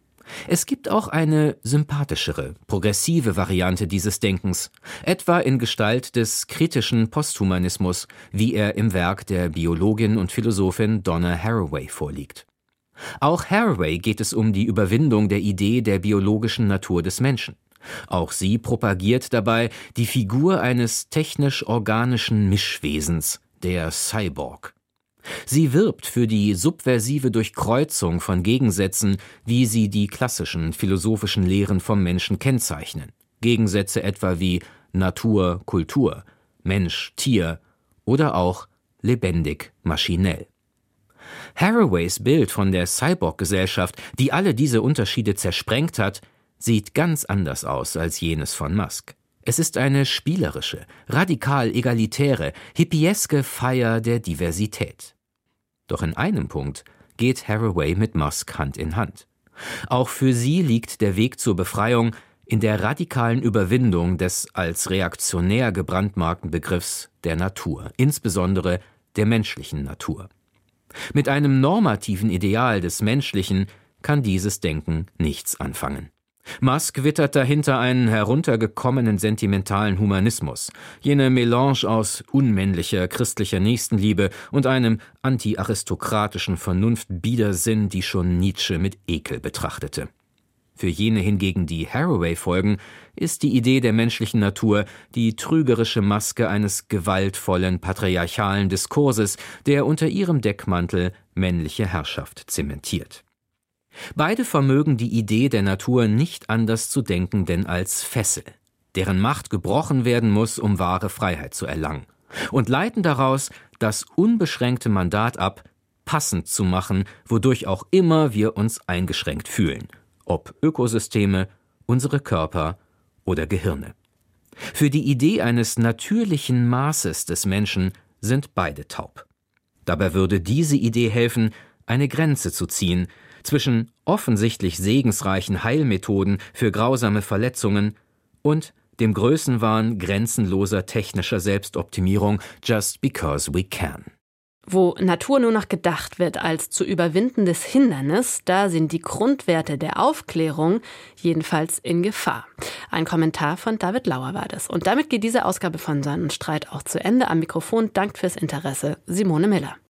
Es gibt auch eine sympathischere, progressive Variante dieses Denkens, etwa in Gestalt des kritischen Posthumanismus, wie er im Werk der Biologin und Philosophin Donna Haraway vorliegt. Auch Haraway geht es um die Überwindung der Idee der biologischen Natur des Menschen. Auch sie propagiert dabei die Figur eines technisch-organischen Mischwesens, der Cyborg. Sie wirbt für die subversive Durchkreuzung von Gegensätzen, wie sie die klassischen philosophischen Lehren vom Menschen kennzeichnen. Gegensätze etwa wie Natur, Kultur, Mensch, Tier oder auch lebendig, maschinell. Haraways Bild von der Cyborg-Gesellschaft, die alle diese Unterschiede zersprengt hat, sieht ganz anders aus als jenes von Musk. Es ist eine spielerische, radikal egalitäre, hippieske Feier der Diversität. Doch in einem Punkt geht Haraway mit Musk Hand in Hand. Auch für sie liegt der Weg zur Befreiung in der radikalen Überwindung des als reaktionär gebrandmarkten Begriffs der Natur, insbesondere der menschlichen Natur. Mit einem normativen Ideal des Menschlichen kann dieses Denken nichts anfangen. Musk wittert dahinter einen heruntergekommenen sentimentalen Humanismus, jene Melange aus unmännlicher christlicher Nächstenliebe und einem anti-aristokratischen Vernunftbiedersinn, die schon Nietzsche mit Ekel betrachtete. Für jene hingegen, die Haraway folgen, ist die Idee der menschlichen Natur die trügerische Maske eines gewaltvollen patriarchalen Diskurses, der unter ihrem Deckmantel männliche Herrschaft zementiert. Beide vermögen die Idee der Natur nicht anders zu denken denn als Fessel, deren Macht gebrochen werden muss, um wahre Freiheit zu erlangen, und leiten daraus das unbeschränkte Mandat ab, passend zu machen, wodurch auch immer wir uns eingeschränkt fühlen, ob Ökosysteme, unsere Körper oder Gehirne. Für die Idee eines natürlichen Maßes des Menschen sind beide taub. Dabei würde diese Idee helfen, eine Grenze zu ziehen zwischen offensichtlich segensreichen Heilmethoden für grausame Verletzungen und dem Größenwahn grenzenloser technischer Selbstoptimierung just because we can. Wo Natur nur noch gedacht wird als zu überwindendes Hindernis, da sind die Grundwerte der Aufklärung jedenfalls in Gefahr. Ein Kommentar von David Lauer war das. Und damit geht diese Ausgabe von Sein und Streit auch zu Ende. Am Mikrofon dankt fürs Interesse Simone Miller.